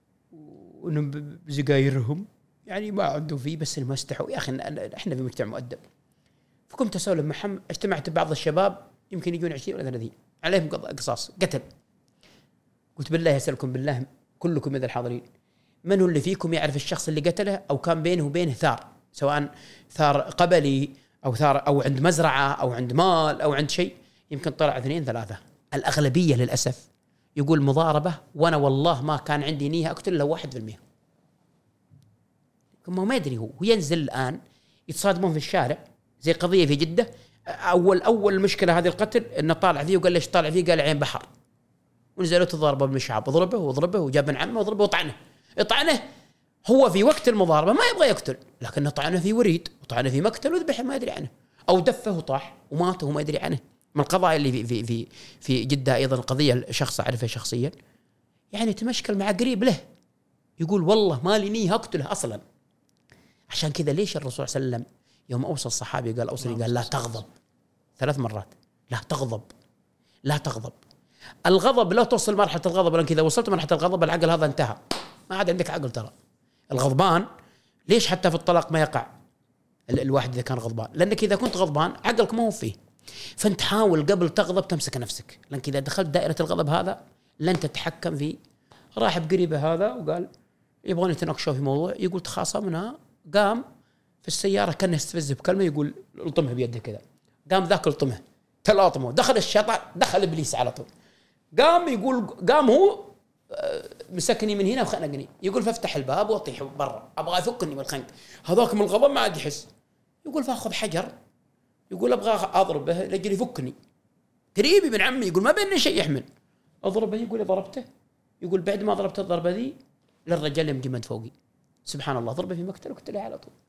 وبزقايرهم، يعني ما عندهم فيه بس ما استحوا. يا أخي إحنا في مجتمع مؤدب. فكنت أسولف معهم، اجتمعت بعض الشباب يمكن يجون عشرين ولا ثلاثين عليهم قصاص قتل. قلت بالله أسألكم بالله كلكم من الحاضرين، من هو اللي فيكم يعرف الشخص اللي قتله أو كان بينه وبينه ثار، سواء ثار قبلي أو ثار أو عند مزرعة أو عند مال أو عند شيء؟ يمكن طلع اثنين ثلاثة. الأغلبية للأسف يقول مضاربة، وأنا والله ما كان عندي نية أقتل له واحد في المية. ما يدري هو وينزل الآن يتصادمون في الشارع زي قضية في جدة. أول أول مشكلة هذه القتل إنه طالع فيه وقال ليش طالع فيه؟ قال عين بحر. ونزلوا تضاربوا بالمشعب، وضربه وضربه وجاب من عمه وضربه وطعنه. طعنه هو في وقت المضاربة ما يبغى يقتل، لكنه طعنه في وريد وطعنه في مقتل وذبحه ما يدري عنه، أو دفه وطاح ومات وما يدري عنه. من القضايا اللي في في في في جدة أيضا القضية شخص أعرفه شخصيا، يعني تمشكل مع قريب له يقول والله ما لي نية أقتله أصلا. عشان كذا ليش الرسول صلى الله عليه وسلم يوم أوصى الصحابي قال أوصني، قال لا تغضب ثلاث مرات، لا تغضب لا تغضب. الغضب لا توصل مرحلة الغضب، لأن كذا وصلت مرحلة الغضب العقل هذا انتهى، ما عاد عندك عقل. ترى الغضبان ليش حتى في الطلاق ما يقع الواحد إذا كان غضبان؟ لأنك إذا كنت غضبان عقلك ما هو فيه، فانت حاول قبل تغضب تمسك نفسك، لأنك إذا دخلت دائرة الغضب هذا لن تتحكم فيه. راح بقريبه هذا وقال يبغون يتناقشوا في موضوع، يقول تخاصمنا، قام في السيارة كان يستفز بكلمة، يقول الطمه بيده كذا، قام ذاك الطمه تلاطمه، دخل الشيطان، دخل إبليس على طول. قام يقول قام هو مسكني من هنا وخنقني. يقول فافتح الباب واطيح برا، ابغى افكني من الخنق. هذاك من الغضب ما عاد يحس. يقول فاخذ حجر، يقول ابغى اضربه لاجل يفكني. قريبي من عمي، يقول ما بيننا شيء يحمل. اضربه، يقول ضربته، يقول بعد ما ضربت الضربه ذي للرجال اللي مجمد فوقي، سبحان الله، ضربه في مقتل وقتله على طول.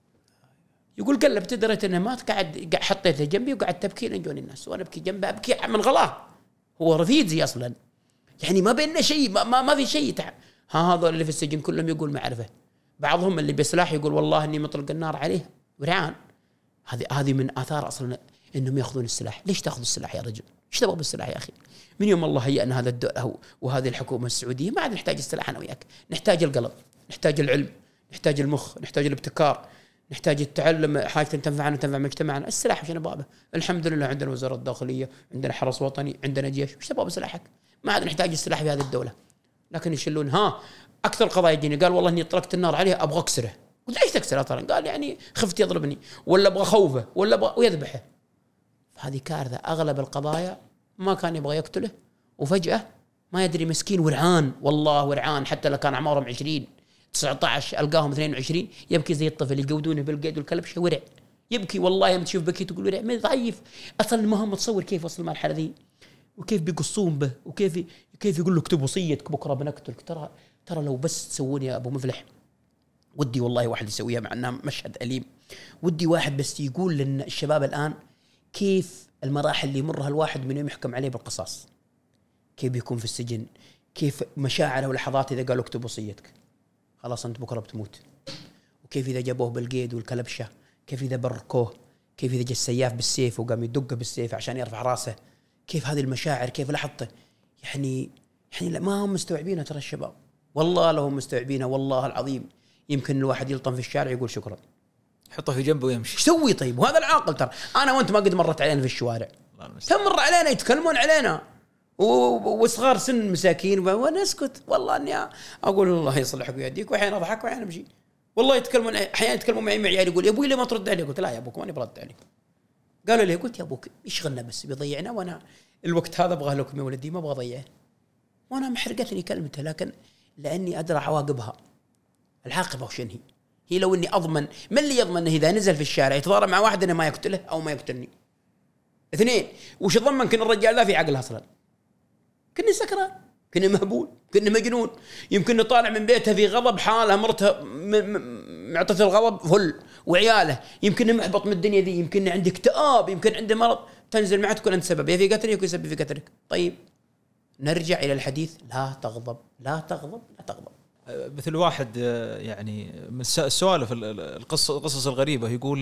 يقول قلبت دريت انه مات، قاعد حطيته جنبي وقعدت ابكي لين جوني الناس، وانا ابكي جنبه ابكي من غلاه. هو رفيدي اصلا، يعني ما بيننا شيء، ما, ما, ما في شيء. ها هذول اللي في السجن كلهم يقول معرفه، بعضهم اللي بسلاح يقول والله اني مطلق النار عليه ورعان. هذه هذه من اثار اصلا انهم ياخذون السلاح. ليش تاخذ السلاح يا رجل؟ ايش تبغى بالسلاح يا اخي؟ من يوم الله هيئنا هذا الدولة وهذه الحكومه السعوديه ما عاد نحتاج السلاح انا وياك. نحتاج القلب، نحتاج العلم، نحتاج المخ، نحتاج الابتكار، نحتاج التعلم، حاجه تنفعنا وتنفع مجتمعنا. السلاح وش نبغى؟ الحمد لله عندنا وزاره الداخليه، عندنا حرس وطني، عندنا جيش. وش تبغى بسلاحك؟ ما عاد نحتاج السلاح في هذه الدوله. لكن يشلون ها اكثر قضايا يجيني قال والله اني طلقت النار عليه ابغى اكسره. قلت ليش تكسره ترى؟ قال يعني خفت يضربني ولا ابغى خوفه ولا ابغى ويذبحه. هذه كارثه. اغلب القضايا ما كان يبغى يقتله وفجاه ما يدري مسكين ورعان، والله ورعان. حتى لو كان اعمارهم عشرين تسعة عشر القاهم اثنين وعشرين يبكي زي الطفل، يقودونه بالقيد والكلبشه ورع يبكي. والله يوم تشوف بكي تقول ورع من ضعيف اصلا. ما هم متصور كيف وصل المرحله ذي وكيف بيقصون به وكيف كيف يقول له اكتب وصيتك بكره بنقتلك. ترى ترى لو بس تسوون يا ابو مفلح، ودي والله واحد يسويها مع انها مشهد اليم. ودي واحد بس يقول لنا الشباب الان كيف المراحل اللي يمرها الواحد من يوم يحكم عليه بالقصاص، كيف يكون في السجن، كيف مشاعره ولحظات اذا قالوا اكتب وصيتك خلاص انت بكره بتموت، وكيف اذا جابوه بالقيد والكلبشه، كيف اذا بركوه، كيف اذا جاء السياف بالسيف وقام يدقه بالسيف عشان يرفع راسه، كيف هذه المشاعر، كيف لحظته. يعني يعني ما هم مستوعبينها ترى الشباب، والله لو هم مستوعبينها والله العظيم يمكن الواحد يلطم في الشارع يقول شكرا، حطه في جنبه ويمشي. ايش سوي طيب؟ وهذا العاقل ترى. انا وانت ما قد مرت علينا في الشوارع، تمر علينا يتكلمون علينا وصغار سن مساكين وانا اسكت. والله اني اقول الله يصلحك ويهديك، واحيانا اضحك واحيانا امشي. والله يتكلمون احيانا يتكلمون معي مع عيالي يقول يا ابوي ليه ما ترد علي؟ قلت لا يا ابوك ماني برد عليك. قالوا لي، قلت يا ابوك يشغلنا بس بيضيعنا، وانا الوقت هذا ابغى لكم يا ولدي ما ابغى اضيعه. وانا محرقتني كلمته، لكن لاني ادرى عواقبها العاقبه وش هي. هي لو اني اضمن، من اللي يضمن انه اذا نزل في الشارع يتضارب مع واحد انه ما يقتله او ما يقتلني؟ اثنين، وش يضمن كن الرجال لا في عقله اصلا، كني سكران، كني مهبول، كني مجنون، يمكن طالع من بيته في غضب، حالها مرته معطته الغضب فل، وعياله يمكن محبط من الدنيا ذي، يمكن عندك اكتئاب، يمكن عنده مرض، تنزل معه تكون انت سبب يا في قتله يكون سبب في قتلك. طيب نرجع الى الحديث، لا تغضب لا تغضب لا تغضب. مثل واحد يعني من السوالف القصص القصص الغريبه يقول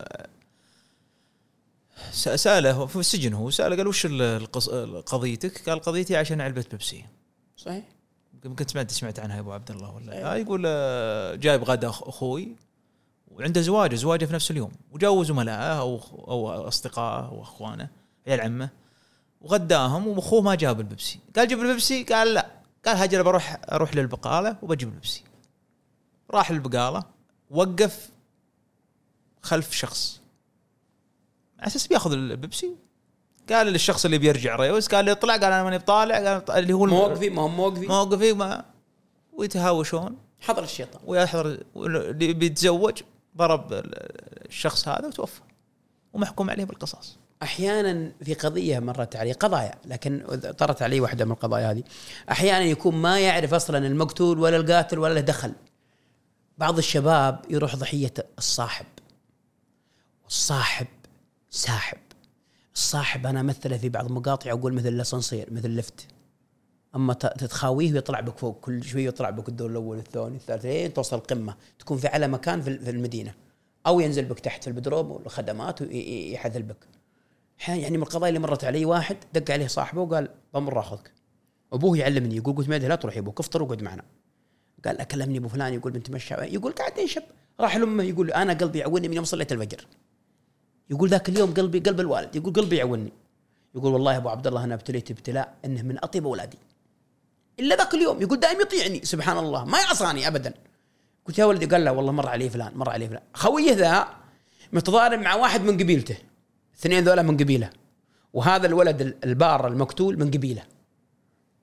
سأله في السجن، هو سأله قال وش قضيتك؟ قال قضيتي عشان علبة بيبسي. صحيح، ممكن سمعت سمعت عنها يا ابو عبد الله ولا؟ آه يقول جايب غدا اخوي وعنده زواجه زواجه في نفس اليوم، وجاوا زملائه او او اصدقائه واخوانه عيال عمه وغداهم، واخوه ما جاب البيبسي. قال جيب البيبسي، قال لا، قال هاجر بروح اروح للبقاله وبجيب البيبسي. راح للبقاله، وقف خلف شخص على اساس بياخذ البيبسي. قال للشخص اللي بيرجع ريوس، قال لي اطلع، قال انا ماني بطالع، قال اللي هو موقفي ما هم موقفي موقفي ما ويتهاوشون. حضر الشيطان ويحضر اللي بيتزوج، ضرب الشخص هذا وتوفى ومحكوم عليه بالقصاص. احيانا في قضيه مرت علي قضايا، لكن طرت علي واحده من القضايا هذه، احيانا يكون ما يعرف اصلا المقتول ولا القاتل ولا له دخل. بعض الشباب يروح ضحيه الصاحب، والصاحب ساحب. الصاحب انا مثله في بعض المقاطع اقول مثل الاسانسير، مثل اللفت، اما تتخاويه ويطلع بك فوق، كل شويه يطلع بك الدور الاول الثاني الثالث لين توصل القمه، تكون في اعلى مكان في المدينه، او ينزل بك تحت في البدروم والخدمات ويحذل بك. يعني من القضايا اللي مرت علي، واحد دق عليه صاحبه وقال بمر اخذك. ابوه يعلمني، يقول قلت ما لا تروح يا ابوك، افطر وقعد معنا. قال اكلمني ابو فلان، يقول بنت مشى، يقول قاعد ينشب. راح لامه يقول انا قلبي يعوني من يوم صليت الفجر. يقول ذاك اليوم قلبي قلب الوالد، يقول قلبي يعوني. يقول والله يا ابو عبد الله انا ابتليت ابتلاء انه من اطيب اولادي الا ذاك اليوم. يقول دائما يطيعني سبحان الله، ما يعصاني ابدا. قلت يا ولدي، قال لا والله مر عليه فلان مر عليه فلان. خويه ذا متضارب مع واحد من قبيلته، اثنين ذولا من قبيله، وهذا الولد البار المقتول من قبيله،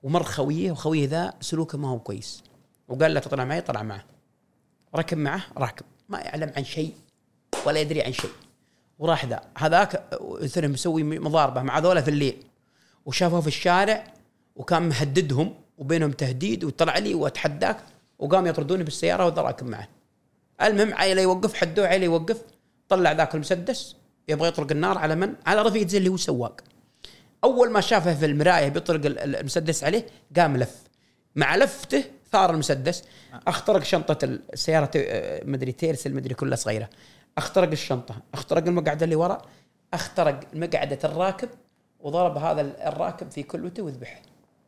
ومر خويه، وخويه ذا سلوكه ما هو كويس، وقال له تطلع معي، طلع معه، ركب معه راكب ما يعلم عن شيء ولا يدري عن شيء، وراح ذا هذاك مثلا مسوي مضاربه مع ذولا في الليل، وشافه في الشارع وكان مهددهم وبينهم تهديد، وطلع لي واتحداك، وقام يطردوني بالسياره وذا راكب معه. المهم عيله يوقف، حدوه عيله يوقف، طلع ذاك المسدس يبغى يطلق النار على من؟ على رفيق زي اللي هو سواق. اول ما شافه في المرايه بيطلق المسدس عليه قام لف، مع لفته ثار المسدس، اخترق شنطه السياره مدري تيرس المدري كلها صغيره، اخترق الشنطه، اخترق المقعده اللي ورا، اخترق مقعده الراكب، وضرب هذا الراكب في كلوته وذبحه.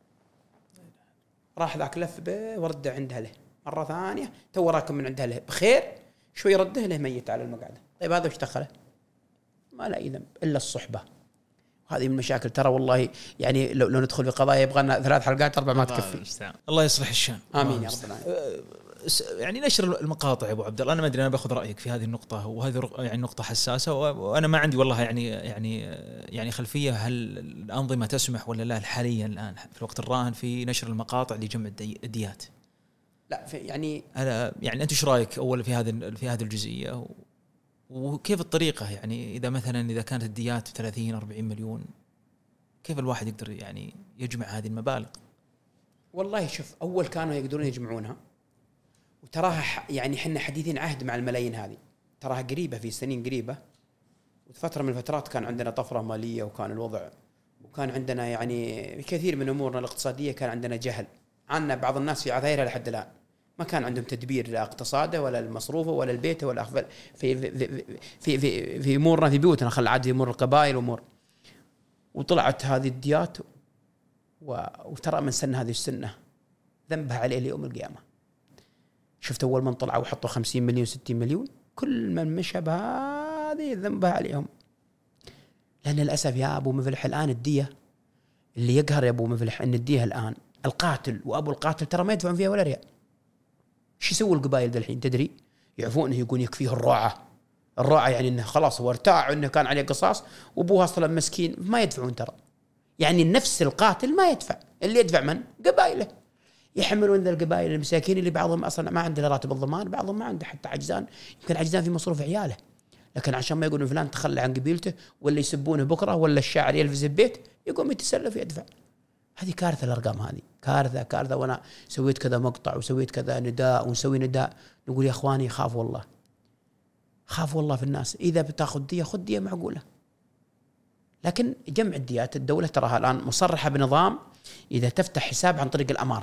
راح ذاك لف به ورده عند اهله مره ثانيه، تو راكب من عند اهله بخير، شوي رده له ميت على المقعده. طيب هذا وش دخله؟ ما لا يذنب الا الصحبه. هذه من المشاكل ترى والله، يعني لو, لو ندخل في قضايا يبغى لنا ثلاث حلقات اربع ما تكفي. الله يصلح الشان. امين يا رب العالمين. يعني نشر المقاطع يا ابو عبد الله، انا ما ادري، انا باخذ رايك في هذه النقطه، وهذه يعني نقطه حساسه، وانا ما عندي والله يعني يعني يعني خلفيه هل الانظمه تسمح ولا لا حاليا الان في الوقت الراهن في نشر المقاطع لجمع الديات. لا يعني أنا يعني انت ايش رايك اول في هذه في هذه الجزئيه، وكيف الطريقه؟ يعني اذا مثلا اذا كانت الديات ثلاثين أربعين مليون، كيف الواحد يقدر يعني يجمع هذه المبالغ؟ والله شوف، اول كانوا يقدرون يجمعونها، وتراها يعني حنا حديثين عهد مع الملايين هذه، تراها قريبه في سنين قريبه، وفتره من الفترات كان عندنا طفره ماليه، وكان الوضع، وكان عندنا يعني كثير من امورنا الاقتصاديه كان عندنا جهل عنا بعض الناس في عذايرها لحد الان، ما كان عندهم تدبير لا اقتصاده ولا المصروفه ولا البيت ولا في في في في, في, في امورنا في بيوتنا، خل عاد في امور القبائل وامور. وطلعت هذه الديات، وترى من سن هذه السنه ذنبها عليه ليوم القيامه. شفت اول من طلعوا وحطوا خمسين مليون ستين مليون، كل من مشى بهذه ذنبها عليهم. لان للاسف يا ابو مفلح الان الديه اللي يقهر يا ابو مفلح ان الديه الان القاتل وابو القاتل ترى ما يدفعون فيها ولا ريال. ايش يسوي القبائل ذا الحين تدري؟ يعفونه يقول يكفيه الرعه، الرعه يعني انه خلاص هو ارتاع انه كان عليه قصاص وابوه اصلا مسكين، ما يدفعون ترى. يعني نفس القاتل ما يدفع، اللي يدفع من؟ قبائله. يحملون ذا القبائل المساكين اللي بعضهم اصلا ما عنده راتب الضمان، بعضهم ما عنده حتى عجزان، يمكن عجزان في مصروف عياله، لكن عشان ما يقولون فلان تخلى عن قبيلته، ولا يسبونه بكره، ولا الشاعر يلفز البيت يقوم يتسلف يدفع. هذه كارثه الارقام، هذه كارثه كارثه. وانا سويت كذا مقطع وسويت كذا نداء ونسوي نداء، نقول يا اخواني خاف والله، خاف والله في الناس، اذا بتاخذ ديه خذ ديه معقوله. لكن جمع الديات الدوله تراها الان مصرحه بنظام، اذا تفتح حساب عن طريق الاماره،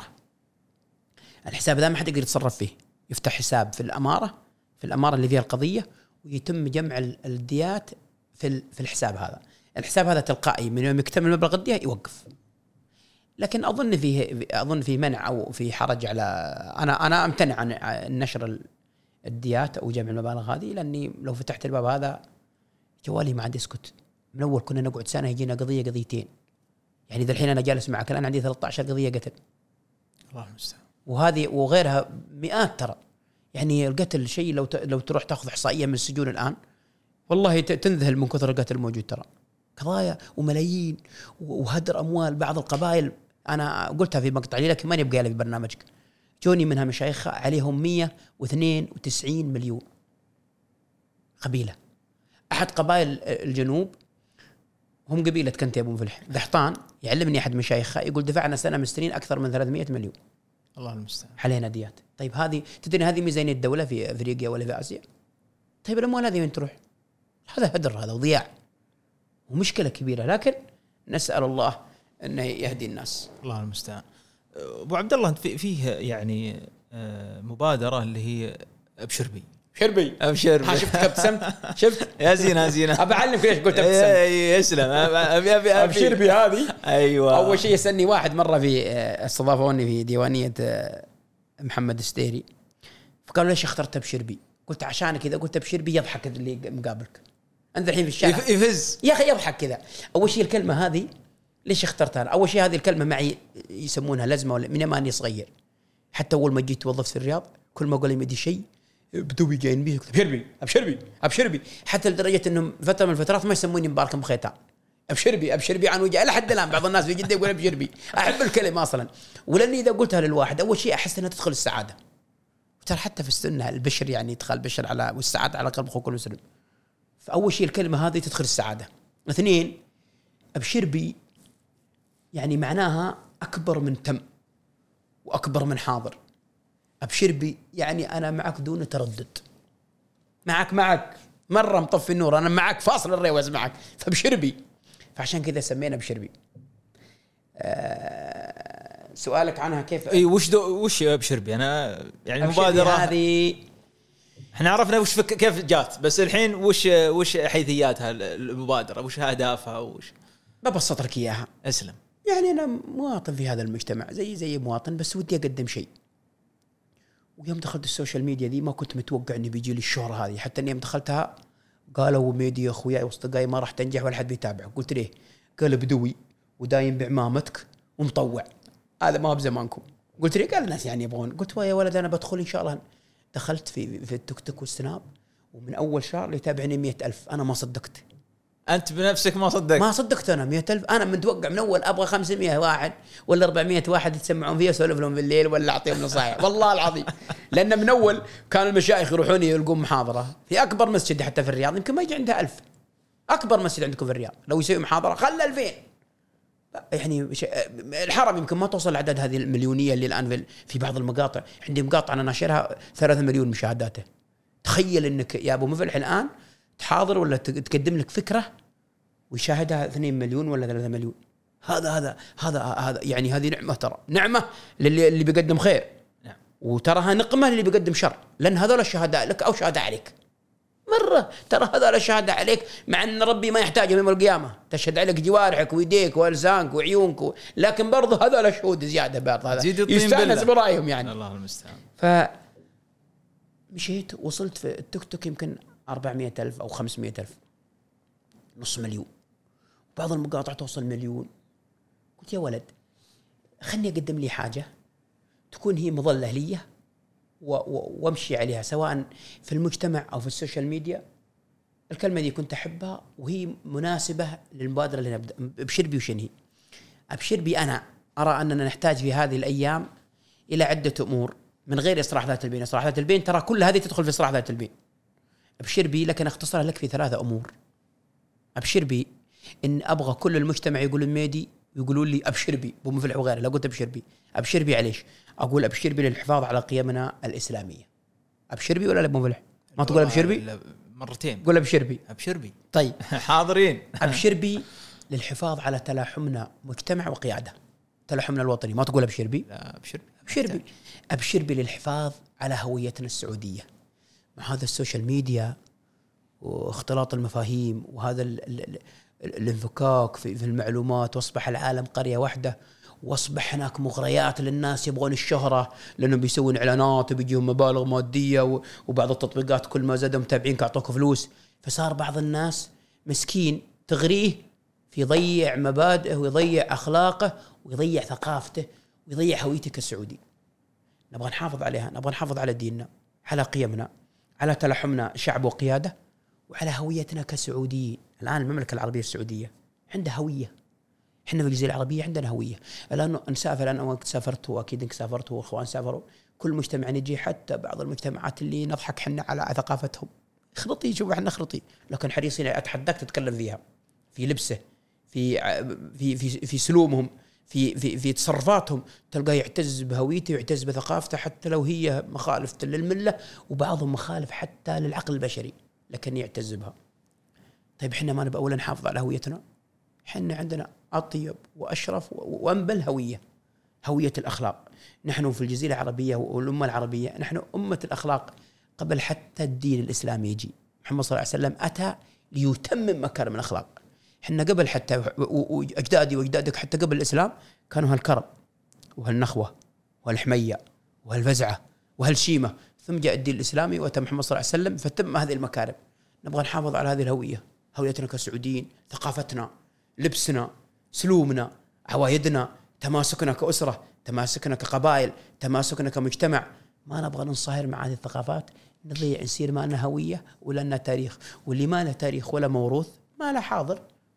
الحساب ذا ما حد يقدر يتصرف فيه، يفتح حساب في الاماره، في الاماره اللي فيها القضيه، ويتم جمع الديات في في الحساب هذا. الحساب هذا تلقائي من يوم يكتمل مبلغ الديه يوقف. لكن اظن فيه اظن في منع او في حرج على، انا انا امتنع عن نشر الديات او جمع المبالغ هذه، لاني لو فتحت الباب هذا جوالي ما عاد يسكت. من اول كنا نقعد سنه يجينا قضيه قضيتين، يعني ذا الحين انا جالس معك الان عندي ثلاثة عشر قضيه قتل، الله المستعان، وهذه وغيرها مئات ترى. يعني القتل شيء لو لو تروح تاخذ احصائيه من السجون الان والله تنذهل من كثر القتل الموجود، ترى قضايا وملايين وهدر اموال. بعض القبائل انا قلتها في مقطع لي لكن ما يبقى لي في برنامجك، جوني منها مشايخ عليهم مئة واثنين وتسعين مليون قبيله. احد قبائل الجنوب هم قبيله كنت يا ابو مفلح دحطان، يعلمني احد مشايخها يقول دفعنا سنه من سنين اكثر من ثلاثمئة مليون، الله المستعان، علينا ديات. طيب هذه تدري هذه ميزانيه الدوله في افريقيا ولا في اسيا؟ طيب الاموال هذه وين تروح؟ هذا هدر، هذا وضياع ومشكله كبيره. لكن نسال الله انه يهدي الناس. الله المستعان. ابو عبد الله فيه يعني مبادره اللي هي ابشربي شربي ابشربي، ها شفت ابتسمت؟ شفت يا زين يا زين، ابى اعلمك ليش قلت ابتسمت. اي اسلم، ابي ابي ابشربي هذه. ايوه، اول شيء يسالني واحد مره في استضافوني في ديوانيه محمد الستيري، فقالوا ليش اخترت ابشربي؟ قلت عشانك اذا قلت ابشربي يضحك اللي مقابلك انت الحين في الشارع، يفز يا اخي يضحك كذا. اول شيء الكلمه هذه ليش اخترتها؟ اول شيء هذه الكلمه معي يسمونها لزمه، ولا من ما اني صغير، حتى اول ما جيت توظفت في الرياض كل ما اقول لي مدي شيء بدوي جايين بيه ابشربي ابشربي ابشربي، حتى لدرجه انهم فتره من الفترات ما يسموني مبارك مخيتان، ابشر بي ابشر بي عن وجهي لحد الان بعض الناس في جده يقول ابشر بي. احب الكلمه اصلا، ولاني اذا قلتها للواحد اول شيء احس انها تدخل السعاده. ترى حتى في السنه البشر يعني يدخل البشر على والسعاده على قلب اخوك المسلم. فاول شيء الكلمه هذه تدخل السعاده. اثنين، ابشر بي يعني معناها اكبر من تم واكبر من حاضر. ابشر بي يعني انا معك دون تردد، معك معك مره مطفي النور، انا معك فاصل الريوز معك، فابشر بي. فعشان كذا سمينا ابشر بي. أه سؤالك عنها كيف؟ اي وش دو وش ابشر بي؟ انا يعني المبادره هذه احنا عرفنا وش فك... كيف جات، بس الحين وش وش حيثياتها المبادره، وش اهدافها، وش ببسط لك اياها. اسلم. يعني انا مواطن في هذا المجتمع زي زي مواطن، بس ودي اقدم شيء. ويوم دخلت السوشيال ميديا دي ما كنت متوقع اني بيجي لي الشهرة هذه، حتى اني يوم دخلتها قالوا ميديا اخوياي واصدقائي ما راح تنجح ولا حد بيتابعك. قلت ليه؟ قال بدوي ودايم بعمامتك ومطوع، هذا ما بزمانكم. قلت ليه؟ قال الناس يعني يبغون. قلت يا ولد انا بدخل ان شاء الله. دخلت في في التيك توك والسناب، ومن اول شهر اللي يتابعني مئة ألف. انا ما صدقت. انت بنفسك ما صدقت؟ ما صدقت انا مئة ألف. انا متوقع من اول ابغى خمسمئة واحد ولا أربعمئة واحد يتسمعون فيها، اسولف لهم بالليل ولا اعطيهم نصائح. والله العظيم، لان من اول كان المشايخ يروحون يلقون محاضره في اكبر مسجد حتى في الرياض، يمكن ما يجي عندها ألف. اكبر مسجد عندكم في الرياض لو يسوي محاضره خلى ألفين. يعني الحرم يمكن ما توصل الاعداد هذه المليونيه اللي الان في بعض المقاطع. عندي مقاطع انا ناشرها ثلاثة مليون مشاهداته. تخيل انك يا ابو مفلح الان تحاضر ولا تقدم لك فكره ويشاهدها اثنين مليون ولا ثلاثة مليون. هذا هذا هذا هذا يعني هذه نعمه، ترى نعمه للي اللي بيقدم خير، نعم. وتراها نقمه للي بيقدم شر، لان هذول الشهداء لك او شهداء عليك. مره ترى هذول الشهداء عليك، مع ان ربي ما يحتاجهم يوم القيامه، تشهد عليك جوارحك ويديك ولسانك وعيونك و... لكن برضه هذول شهود زياده بعض، هذا يستانس برايهم يعني. الله المستعان. ف مشيت وصلت في التيك توك يمكن أربعمئة ألف او خمسمئة ألف، نص مليون، بعض المقاطع توصل مليون. قلت يا ولد خلني أقدم لي حاجة تكون هي مظلة لي وامشي عليها، سواء في المجتمع أو في السوشيال ميديا. الكلمة دي كنت أحبها وهي مناسبة للمبادرة اللي نبدأ. أبشر بي وشنهي. أبشر بي أنا أرى أننا نحتاج في هذه الأيام إلى عدة أمور من غير إصلاح ذات البين. إصلاح ذات البين ترى كل هذه تدخل في إصلاح ذات البين. أبشر بي لكن أختصرها لك في ثلاثة أمور. أبشر بي إن أبغى كل المجتمع يقولون ميدي يقولون لي أبشر بي أبو مفلح وغيره. لا قلت أبشر بي. أبشر بي عليش؟ أقول أبشر بي للحفاظ على قيمنا الإسلامية. أبشر بي ولا لا أبو مفلح؟ ما تقول أبشر بي مرتين؟ قول أبشر بي. أبشر بي. طيب حاضرين. أبشر بي للحفاظ على تلاحمنا مجتمع وقيادة، تلاحمنا الوطني. ما تقول أبشر بي. لا أبشر بي. أبشر بي. أبشر بي للحفاظ على هويتنا السعودية. مع هذا السوشيال ميديا واختلاط المفاهيم وهذا ال ال الانفكاك في, في المعلومات، واصبح العالم قرية واحدة، واصبح هناك مغريات للناس يبغون الشهرة لأنهم بيسوون إعلانات وبيجيهم مبالغ مادية، وبعض التطبيقات كل ما زادوا متابعين كأعطوك فلوس. فصار بعض الناس مسكين تغريه في يضيع مبادئه ويضيع أخلاقه ويضيع ثقافته ويضيع هويته كسعودي. نبغى نحافظ عليها، نبغى نحافظ على ديننا، على قيمنا، على تلحمنا شعب وقيادة، وعلى هويتنا كسعوديين. الآن المملكة العربية السعودية عندها هوية. إحنا في الجزيرة العربية عندنا هوية. الآن نسافر، أنا وقت سافرت وأكيد إنك سافرت والأخوان سافروا، كل مجتمع نجي، حتى بعض المجتمعات اللي نضحك حنا على ثقافتهم، خرطي شوف إحنا خرطي، لكن حريصين أتحداك تتكلم فيها، في لبسه، في في في في سلومهم، في في في تصرفاتهم، تلقاه يعتز بهويته ويعتز بثقافته حتى لو هي مخالفة للملة، وبعضهم مخالف حتى للعقل البشري لكن يعتز بها. طيب إحنا ما نبقى أولا نحافظ على هويتنا؟ إحنا عندنا أطيب وأشرف وأنبل هوية، هوية الأخلاق. نحن في الجزيرة العربية والأمة العربية نحن أمة الأخلاق قبل حتى الدين الإسلامي يجي. محمد صلى الله عليه وسلم أتى ليتمم مكارم الأخلاق. إحنا قبل حتى وأجدادي وأجدادك حتى قبل الإسلام كانوا هالكرم وهالنخوة وهالحمية وهالفزعة وهالشيمة، ثم جاء الدين الإسلامي وأتى محمد صلى الله عليه وسلم فتم هذه المكارم. نبغى نحافظ على هذه الهوية، هويتنا كسعوديين، ثقافتنا، لبسنا، سلومنا، عوايدنا، تماسكنا كأسرة، تماسكنا كقبائل، تماسكنا كمجتمع. ما نبغى ننصهر مع هذه الثقافات، نضيع، نصير ما لنا هوية ولا لنا تاريخ. واللي ما له تاريخ ولا موروث ما له حاضر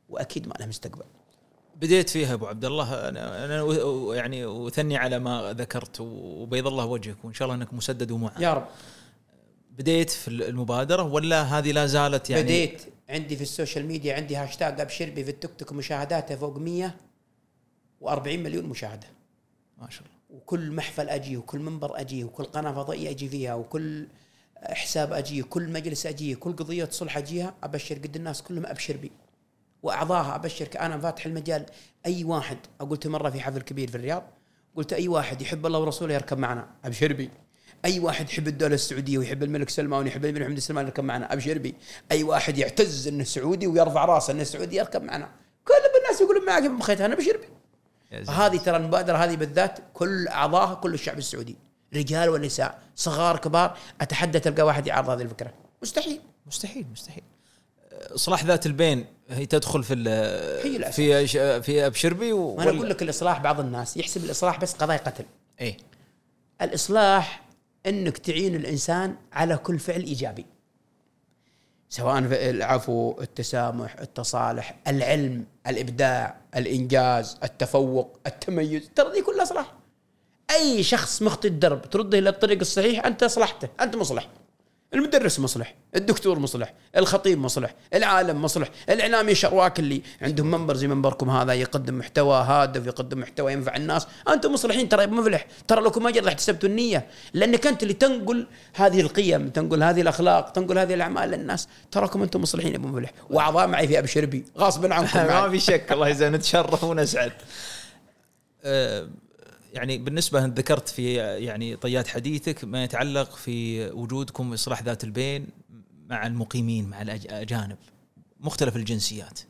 واكيد ما له مستقبل. بديت فيها ابو عبد الله، انا انا يعني اثني على ما ذكرت وبيض الله وجهك وان شاء الله انك مسدد ومعان يا رب. بديت في المبادره ولا هذه لا زالت يعني؟ بديت عندي في السوشيال ميديا، عندي هاشتاج ابشربي في التيك توك مشاهداته فوق مية وأربعين مليون مشاهده ما شاء الله. وكل محفل اجي وكل منبر اجي وكل قناه فضائيه اجي فيها وكل حساب اجي كل مجلس اجي كل قضيه صلح اجيها ابشر قد الناس كلهم ابشر بي واعضاها ابشر. انا فاتح المجال اي واحد. قلت مره في حفل كبير في الرياض قلت اي واحد يحب الله ورسوله يركب معنا ابشر بي. اي واحد يحب الدوله السعوديه ويحب الملك سلمان ويحب الملك محمد سلمان يركب معنا ابشر بي. اي واحد يعتز انه سعودي ويرفع راسه انه سعودي يركب معنا. كل الناس يقولون معك بخيتها انا ابشر بي. هذه ترى المبادره هذه بالذات كل اعضائها كل الشعب السعودي رجال ونساء صغار كبار. اتحدى تلقى واحد يعارض هذه الفكره. مستحيل مستحيل مستحيل. اصلاح ذات البين هي تدخل في في في في ابشربي. وانا اقول لك الاصلاح بعض الناس يحسب الاصلاح بس قضايا قتل. ايه الاصلاح انك تعين الانسان على كل فعل ايجابي، سواء في العفو، التسامح، التصالح، العلم، الابداع، الانجاز، التفوق، التميز. ترى دي كلها اصلاح. اي شخص مخطئ الدرب ترده الى الطريق الصحيح انت اصلحته، انت مصلح. المدرس مصلح، الدكتور مصلح، الخطيب مصلح، العالم مصلح، الاعلامي شرواك اللي عندهم منبر زي منبركم هذا يقدم محتوى هادف يقدم محتوى ينفع الناس. انتم مصلحين ترى مفلح. ترى لكم اجر راح تثبتوا النيه لانك انت اللي تنقل هذه القيم، تنقل هذه الاخلاق، تنقل هذه الاعمال للناس. تراكم انتم مصلحين يا ابو مفلح واعضاء معي في ابشربي غصبا عنكم. ما في شك. الله يجزاك نتشرف ونسعد. أه يعني بالنسبة ذكرت في يعني طيات حديثك ما يتعلق في وجودكم إصلاح ذات البين مع المقيمين مع الأجانب مختلف الجنسيات.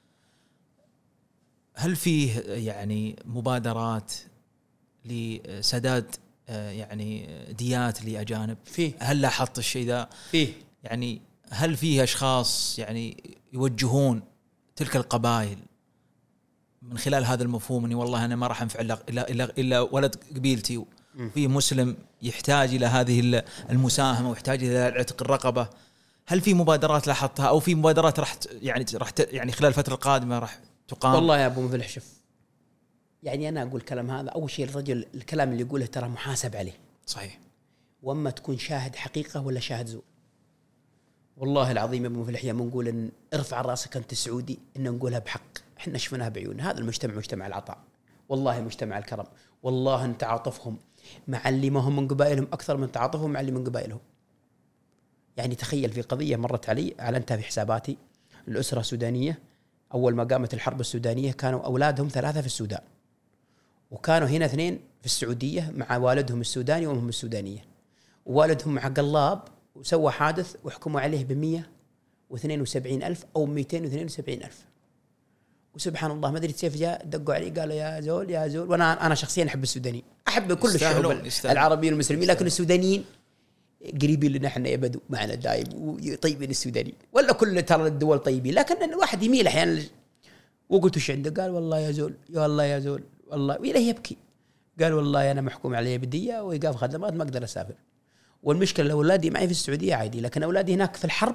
هل فيه يعني مبادرات لسداد يعني ديات لأجانب؟ فيه. هل لاحظت الشيء ذا؟ فيه. يعني هل فيه أشخاص يعني يوجهون تلك القبائل من خلال هذا المفهوم اني والله انا ما راح انفع الا الا الا ولد قبيلتي وفي مسلم يحتاج الى هذه المساهمه ويحتاج الى عتق الرقبه؟ هل في مبادرات لاحظتها او في مبادرات راح يعني راح يعني خلال الفتره القادمه راح تقام؟ والله يا ابو مفلح شوف، يعني انا اقول الكلام هذا اول شيء الرجل الكلام اللي يقوله ترى محاسب عليه. صحيح. واما تكون شاهد حقيقه ولا شاهد زور. والله العظيم يا ابو مفلح يا نقول ان ارفع راسك انت سعودي ان نقولها بحق. احنا شفناها بعيون. هذا المجتمع مجتمع العطاء، والله مجتمع الكرم، والله ان تعاطفهم مع اللي ما هم من قبائلهم اكثر من تعاطفهم مع اللي من قبائلهم. يعني تخيل في قضيه مرت علي اعلنتها في حساباتي. الاسره سودانيه اول ما قامت الحرب السودانيه كانوا اولادهم ثلاثه في السودان وكانوا هنا اثنين في السعوديه مع والدهم السوداني وامهم السودانيه، ووالدهم مع قلاب وسوى حادث وحكموا عليه بمية واثنين وسبعين ألف أو مئتين واثنين وسبعين ألف. وسبحان الله ما أدري كيف جاء دقوا علي قالوا يا زول يا زول. وأنا أنا شخصيا أحب السودانيين، أحب كل الشعوب العربيين والمسلمين، لكن السودانيين قريبين لنا احنا يبدو معنا دايم وطيبين السودانيين، ولا كل ترى الدول طيبين، لكن الواحد يميل أحيانا. وقلت وش عنده؟ قال والله يا زول يا والله يا زول والله، وإليه يبكي. قال والله أنا محكوم علي بدية وإيقاف خدمات ما أقدر أسافر. والمشكلة أولادي معي في السعودية عادي، لكن أولادي هناك في الحرب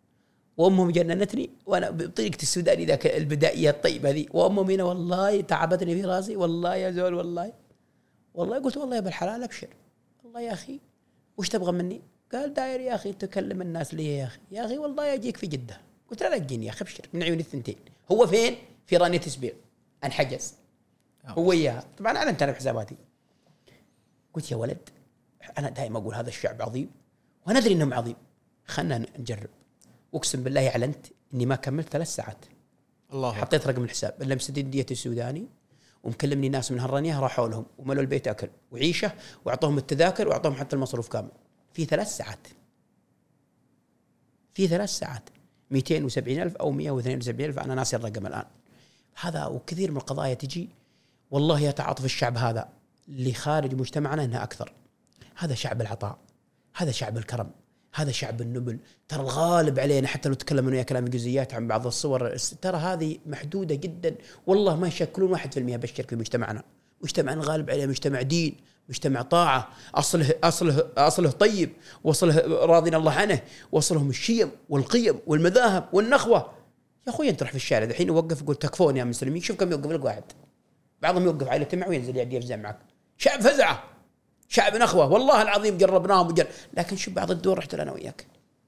وأمهم جننتني وأنا بطريقة السوداني ذاك البدائية الطيبة ذي، وأمهم هنا والله تعبتني في راسي والله يا زول والله والله. قلت والله يا بالحلال أبشر والله يا أخي وش تبغى مني؟ قال داير يا أخي تكلم الناس ليه يا أخي يا أخي والله أجيك في جدة. قلت لا تجيني يا أخي أبشر من عيوني الثنتين. هو فين؟ في رانية تسبيع انحجز هو إياها. طبعا أنا أنت بحساباتي. قلت يا ولد أنا دائما أقول هذا الشعب عظيم وأنا أدري إنهم عظيم، خلنا نجرب. واقسم بالله اعلنت اني ما كملت ثلاث ساعات. الله. حطيت رقم الحساب اللي مسدد دية السوداني ومكلمني ناس من هالرانية راحوا لهم وملوا البيت اكل وعيشه واعطوهم التذاكر واعطوهم حتى المصروف كامل في ثلاث ساعات. في ثلاث ساعات مئتين وسبعين ألف او مئة واثنين وسبعين ألف، انا ناسي الرقم الان. هذا وكثير من القضايا تجي والله يتعاطف الشعب هذا اللي خارج مجتمعنا انها اكثر. هذا شعب العطاء، هذا شعب الكرم، هذا شعب النبل. ترى الغالب علينا حتى لو تكلمنا ويا كلام جزئيات عن بعض الصور ترى هذه محدودة جدا، والله ما يشكلون واحد في المئة بشر في مجتمعنا. مجتمعنا الغالب عليه مجتمع دين، مجتمع طاعة، أصله أصله أصله طيب، وصله راضين الله عنه، وصلهم الشيم والقيم والمذاهب والنخوة. يا اخوي انت تروح في الشارع الحين يوقف يقول تكفون يا مسلمين، شوف كم يوقف لك واحد، بعضهم يوقف على تمع وينزل يدي يفزع معك. شعب فزعه، شعب نخوه والله العظيم جربناهم وجر. لكن شوف بعض الدول رحت انا وياك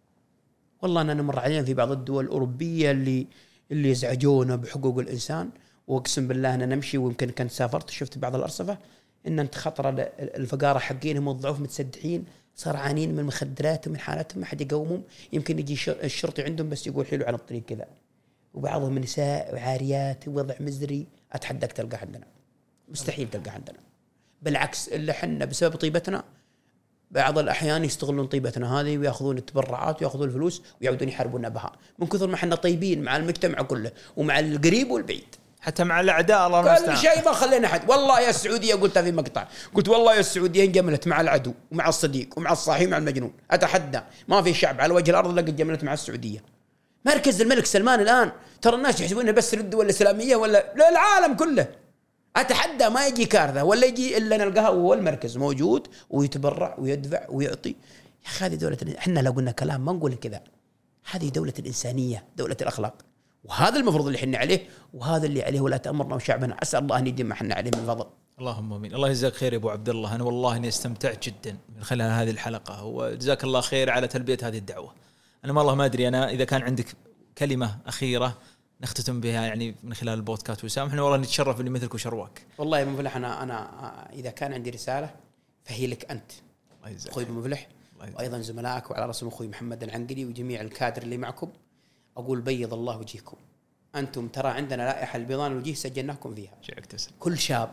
والله أننا نمر علينا في بعض الدول الأوروبية اللي اللي يزعجونا بحقوق الإنسان، وأقسم بالله أنا نمشي ويمكن كنت سافرت شفت بعض الأرصفة إن أنت خطر الفقارة حقينهم والضعوف متسدحين صار عانين من المخدرات ومن حالاتهم ما حد يقومهم، يمكن يجي الشرطي عندهم بس يقول حلو عن الطريق كذا، وبعضهم نساء وعاريات ووضع مزري. أتحداك تلقى عندنا، مستحيل تلقى عندنا. بالعكس اللي حنا بسبب طيبتنا بعض الأحيان يستغلون طيبتنا هذه ويأخذون التبرعات ويأخذون الفلوس ويعودون يحاربوننا بها من كثر ما حنا طيبين مع المجتمع كله ومع القريب والبعيد، حتى مع الأعداء. الله المستعان. كل شيء ما خلينا حد. والله يا السعودية قلتها في مقطع، قلت والله يا السعودية انجملت مع العدو ومع الصديق ومع الصاحي ومع المجنون. أتحدى ما في شعب على وجه الأرض لقد جملت مع السعودية. مركز الملك سلمان الآن ترى الناس يحسبونه بس للدول الإسلامية ولا لا، العالم كله. أتحدى ما يجي كارثة ولا يجي إلا نلقاها وهو المركز موجود ويتبرع ويدفع ويعطي. يا أخي هذه دولة، إحنا لو قلنا كلام ما نقول كذا، هذه دولة الإنسانية، دولة الأخلاق، وهذا المفروض اللي حنا عليه وهذا اللي عليه ولا تأمرنا وشعبنا. أسأل الله أن يديم ما حنا عليه من فضل. اللهم آمين. الله يجزاك خير يا أبو عبد الله. أنا والله إني استمتعت جدا من خلال هذه الحلقة، وجزاك الله خير على تلبية هذه الدعوة. أنا ما الله ما أدري أنا إذا كان عندك كلمة أخيرة نختتم بها يعني من خلال البودكاست وسام. احنا والله نتشرف اللي مثلك وشرواك. والله يا مفلح انا انا اذا كان عندي رساله فهي لك انت اخوي مفلح، وايضا زملائك وعلى راسهم اخوي محمد العنقري وجميع الكادر اللي معكم. اقول بيض الله وجهكم. انتم ترى عندنا لائحه البيضان الوجيه سجلناكم فيها. كل شاب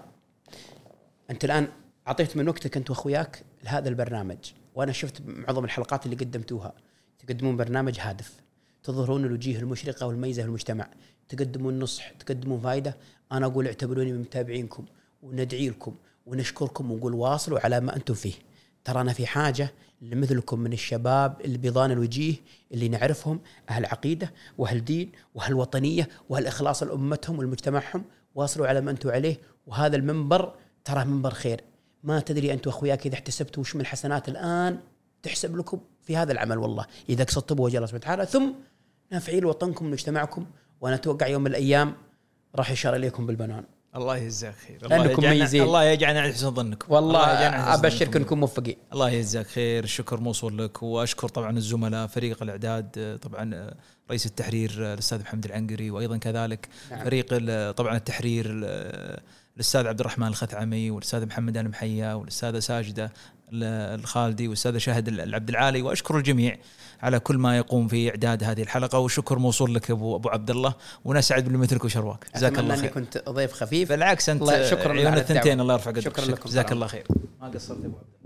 انت الان اعطيت من وقتك انت واخوياك لهذا البرنامج، وانا شفت معظم الحلقات اللي قدمتوها تقدمون برنامج هادف، تظهرون الوجيه المشرقة والميزة في المجتمع، تقدمون نصح، تقدمون فائدة. أنا أقول اعتبروني من متابعينكم وندعي لكم ونشكركم ونقول واصلوا على ما أنتم فيه. ترانا في حاجة لمثلكم من الشباب البيضان الوجيه اللي نعرفهم أهل عقيدة وأهل دين وأهل وطنية وأهل إخلاص لأمتهم والمجتمعهم. واصلوا على ما أنتم عليه، وهذا المنبر ترى منبر خير. ما تدري أنتم أخوياك إذا احتسبتوا وش من الحسنات الآن تحسب لكم في هذا العمل، والله إذا قصدتوا بوجه الله سبحانه وتعالى ثم نافعين وطنكم ومجتمعكم. وأنا أتوقع يوم من الأيام راح يشار إليكم بالبنان. الله يجزاك خير. الله يجعلنا الله يجعلنا على حسن ظنكم. والله أبشركم انكم موفقين. الله يجزاك خير. الشكر موصول لك، وأشكر طبعا الزملاء فريق الإعداد، طبعا رئيس التحرير الأستاذ محمد العنقري، وأيضا كذلك نعم. فريق طبعا التحرير الأستاذ عبد الرحمن الخثعمي والأستاذ محمد المحيا والأستاذة ساجدة الخالدي والأستاذ شاهد العبد العالي. وأشكر الجميع على كل ما يقوم في إعداد هذه الحلقة، وشكر موصول لك أبو أبو عبد الله، ونسعد بالمثلك وشرواك. جزاك الله خير. كنت ضيف خفيف. بالعكس أنت شكرا عيون الثنتين. الله يرفع قدرك. شكرا لكم. جزاك الله خير. ما قصرت أبو عبد الله.